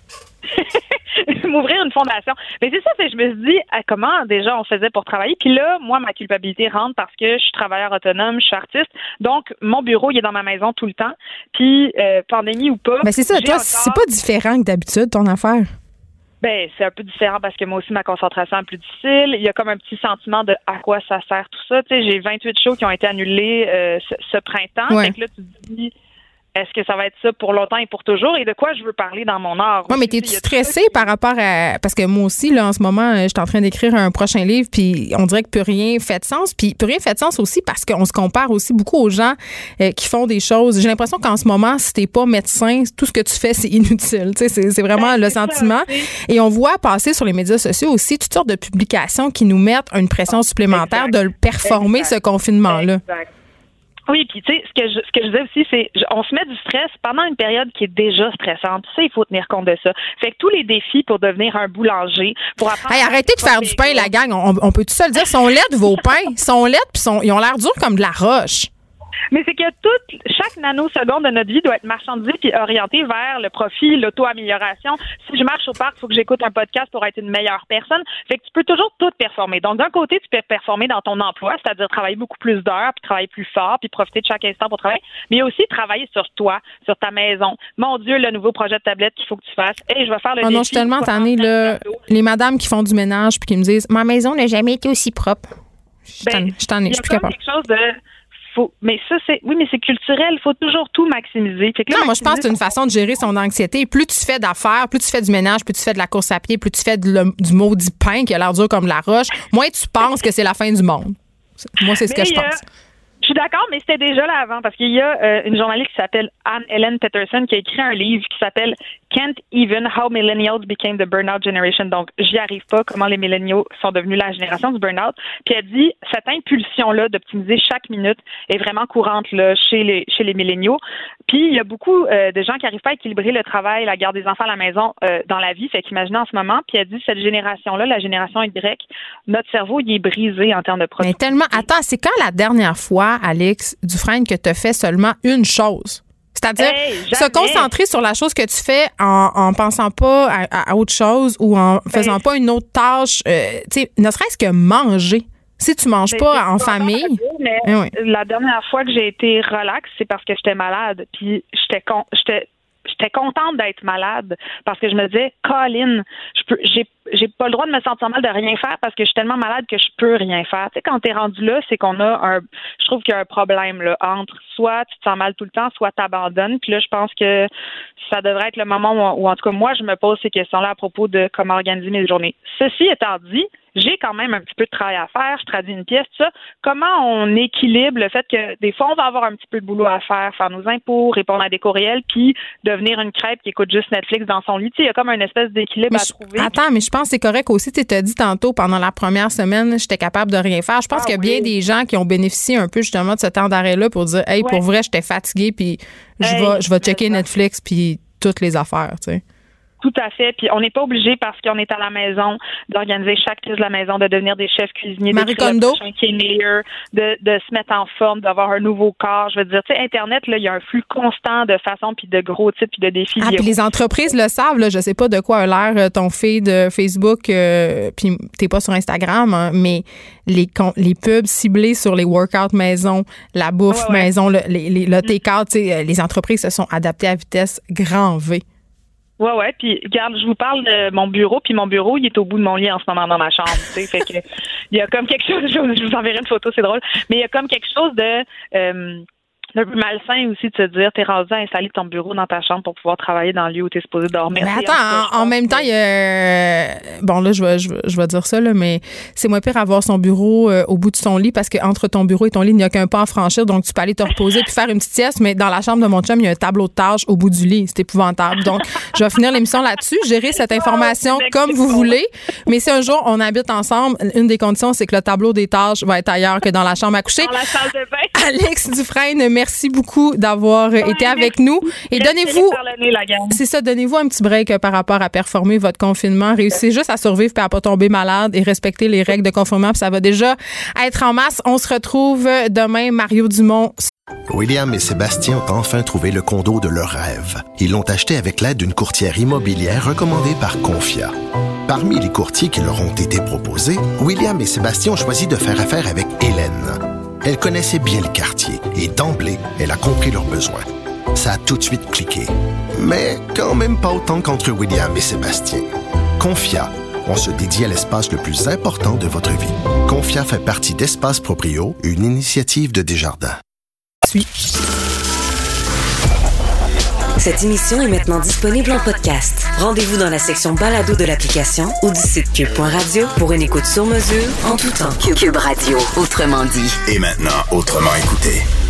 M'ouvrir une fondation. Mais c'est ça, je me suis dit comment déjà on faisait pour travailler. Puis là, moi, ma culpabilité rentre parce que je suis travailleur autonome, je suis artiste. Donc, mon bureau, il est dans ma maison tout le temps. Puis, pandémie ou pas. Mais c'est ça, toi, c'est pas différent que d'habitude, ton affaire. Ben, c'est un peu différent parce que moi aussi, ma concentration est plus difficile. Il y a comme un petit sentiment de à quoi ça sert tout ça. Tu sais, j'ai 28 shows qui ont été annulés ce printemps. Ouais. Fait que là, tu te dis... Est-ce que ça va être ça pour longtemps et pour toujours? Et de quoi je veux parler dans mon art? Oui, mais t'es-tu stressée par rapport à... Parce que moi aussi, là, en ce moment, je suis en train d'écrire un prochain livre, puis on dirait que plus rien fait de sens. Puis plus rien fait de sens aussi parce qu'on se compare aussi beaucoup aux gens qui font des choses. J'ai l'impression qu'en ce moment, si t'es pas médecin, tout ce que tu fais, c'est inutile. Tu sais, c'est vraiment le sentiment. Et on voit passer sur les médias sociaux aussi toutes sortes de publications qui nous mettent une pression supplémentaire de le performer, ce confinement-là. Exact. Oui, puis tu sais, ce que je disais aussi, c'est on se met du stress pendant une période qui est déjà stressante. Ça, il faut tenir compte de ça. Fait que tous les défis pour devenir un boulanger, pour apprendre... Hey, arrêtez de faire du pain, la gang. On peut tout ça le dire. Ils sont laids, vos pains. Ils sont laids, puis ils ont l'air durs comme de la roche. Mais c'est que chaque nanoseconde de notre vie doit être marchandisée puis orientée vers le profit, l'auto-amélioration. Si je marche au parc, il faut que j'écoute un podcast pour être une meilleure personne. Fait que tu peux toujours tout performer. Donc, d'un côté, tu peux performer dans ton emploi, c'est-à-dire travailler beaucoup plus d'heures, puis travailler plus fort, puis profiter de chaque instant pour travailler. Mais il y a aussi travailler sur toi, sur ta maison. Mon Dieu, le nouveau projet de tablette qu'il faut que tu fasses. Hey, je vais faire le défi. Non, je suis tellement tannée, là. Les madames qui font du ménage puis qui me disent « Ma maison n'a jamais été aussi propre. » Je suis tannée, je suis plus capable. Quelque chose de... Mais ça, c'est culturel. Il faut toujours tout maximiser. Fait que là, moi, je pense que c'est une façon de gérer son anxiété. Plus tu fais d'affaires, plus tu fais du ménage, plus tu fais de la course à pied, plus tu fais du maudit pain qui a l'air dur comme la roche, moins tu penses que c'est la fin du monde. Moi, c'est ce que je pense. Je suis d'accord, mais c'était déjà là avant, parce qu'il y a une journaliste qui s'appelle Anne-Hélène Peterson qui a écrit un livre qui s'appelle Can't Even How Millennials Became the Burnout Generation. Donc, j'y arrive pas, comment les milléniaux sont devenus la génération du burnout. Puis elle dit, cette impulsion-là d'optimiser chaque minute est vraiment courante là, chez les milléniaux. Puis, il y a beaucoup de gens qui n'arrivent pas à équilibrer le travail, la garde des enfants à la maison dans la vie. Fait qu'imaginez en ce moment, puis elle dit, cette génération-là, la génération Y, notre cerveau, il est brisé en termes de productivité. Mais tellement... Attends, c'est quand la dernière fois, Alex Dufresne, que tu as fait seulement une chose? C'est-à-dire se concentrer sur la chose que tu fais en pensant pas à autre chose ou en faisant pas une autre tâche, tu sais, ne serait-ce que manger. Si tu manges pas en famille. Mais la dernière fois que j'ai été relax, c'est parce que j'étais malade. Puis j'étais contente d'être malade parce que je me disais, Colin, j'ai pas le droit de me sentir mal de rien faire parce que je suis tellement malade que je peux rien faire. Tu sais, quand t'es rendu là, c'est qu'on a je trouve qu'il y a un problème là entre soit tu te sens mal tout le temps, soit t'abandonnes. Puis là, je pense que ça devrait être le moment où en tout cas moi, je me pose ces questions-là à propos de comment organiser mes journées. Ceci étant dit, j'ai quand même un petit peu de travail à faire, je traduis une pièce, tout ça. Comment on équilibre le fait que des fois, on va avoir un petit peu de boulot à faire nos impôts, répondre à des courriels, puis devenir une crêpe qui écoute juste Netflix dans son lit. Il y a comme une espèce d'équilibre à trouver. Attends, mais je pense que c'est correct aussi. Tu t'as dit tantôt, pendant la première semaine, j'étais capable de rien faire. Je pense qu'il y a bien des gens qui ont bénéficié un peu justement de ce temps d'arrêt-là pour dire, hey, pour vrai, j'étais fatiguée, puis je vais checker Netflix, puis toutes les affaires, tu sais. Tout à fait. Puis on n'est pas obligé parce qu'on est à la maison d'organiser chaque pièce de la maison, de devenir des chefs cuisiniers, Marie Kondo, qui est meilleur, de se mettre en forme, d'avoir un nouveau corps. Je veux dire, tu sais, Internet, là, il y a un flux constant de façons puis de gros types puis de défis. Puis les entreprises le savent. Là, je sais pas de quoi a l'air ton feed Facebook, puis t'es pas sur Instagram, hein, mais les pubs ciblés sur les workouts maison, la bouffe maison, le take-out, tu sais, les entreprises se sont adaptées à vitesse grand V. Ouais. Puis, regarde, je vous parle de mon bureau, puis mon bureau, il est au bout de mon lit en ce moment dans ma chambre. Tu sais, fait que il y a comme quelque chose. Je vous enverrai une photo, c'est drôle. Mais il y a comme quelque chose de un peu malsain aussi de se dire t'es rendu à installer ton bureau dans ta chambre pour pouvoir travailler dans le lieu où t'es supposé dormir. Mais attends, en même temps, il y a bon là je vais dire ça là, mais c'est moins pire avoir son bureau au bout de son lit parce que entre ton bureau et ton lit, il n'y a qu'un pas à franchir, donc tu peux aller te reposer puis faire une petite sieste, mais dans la chambre de mon chum, il y a un tableau de tâches au bout du lit, c'est épouvantable. Donc je vais finir l'émission là-dessus, gérer cette information comme vous voulez, mais si un jour on habite ensemble, une des conditions c'est que le tableau des tâches va être ailleurs que dans la chambre à coucher. Dans la salle de bain. Alex Dufresne, merci beaucoup d'avoir été avec nous. Et donnez-vous, c'est ça, donnez-vous un petit break par rapport à performer votre confinement. Réussissez juste à survivre puis à pas tomber malade et respecter les règles de confinement. Puis ça va déjà être en masse. On se retrouve demain. Mario Dumont. William et Sébastien ont enfin trouvé le condo de leur rêve. Ils l'ont acheté avec l'aide d'une courtière immobilière recommandée par Confia. Parmi les courtiers qui leur ont été proposés, William et Sébastien ont choisi de faire affaire avec Hélène. Elle connaissait bien le quartier et d'emblée, elle a compris leurs besoins. Ça a tout de suite cliqué. Mais quand même pas autant qu'entre William et Sébastien. Confia, on se dédie à l'espace le plus important de votre vie. Confia fait partie d'Espace Proprio, une initiative de Desjardins. Cette émission est maintenant disponible en podcast. Rendez-vous dans la section balado de l'application ou du site cube.radio pour une écoute sur mesure en tout temps. Cube Radio, autrement dit. Et maintenant, autrement écouté.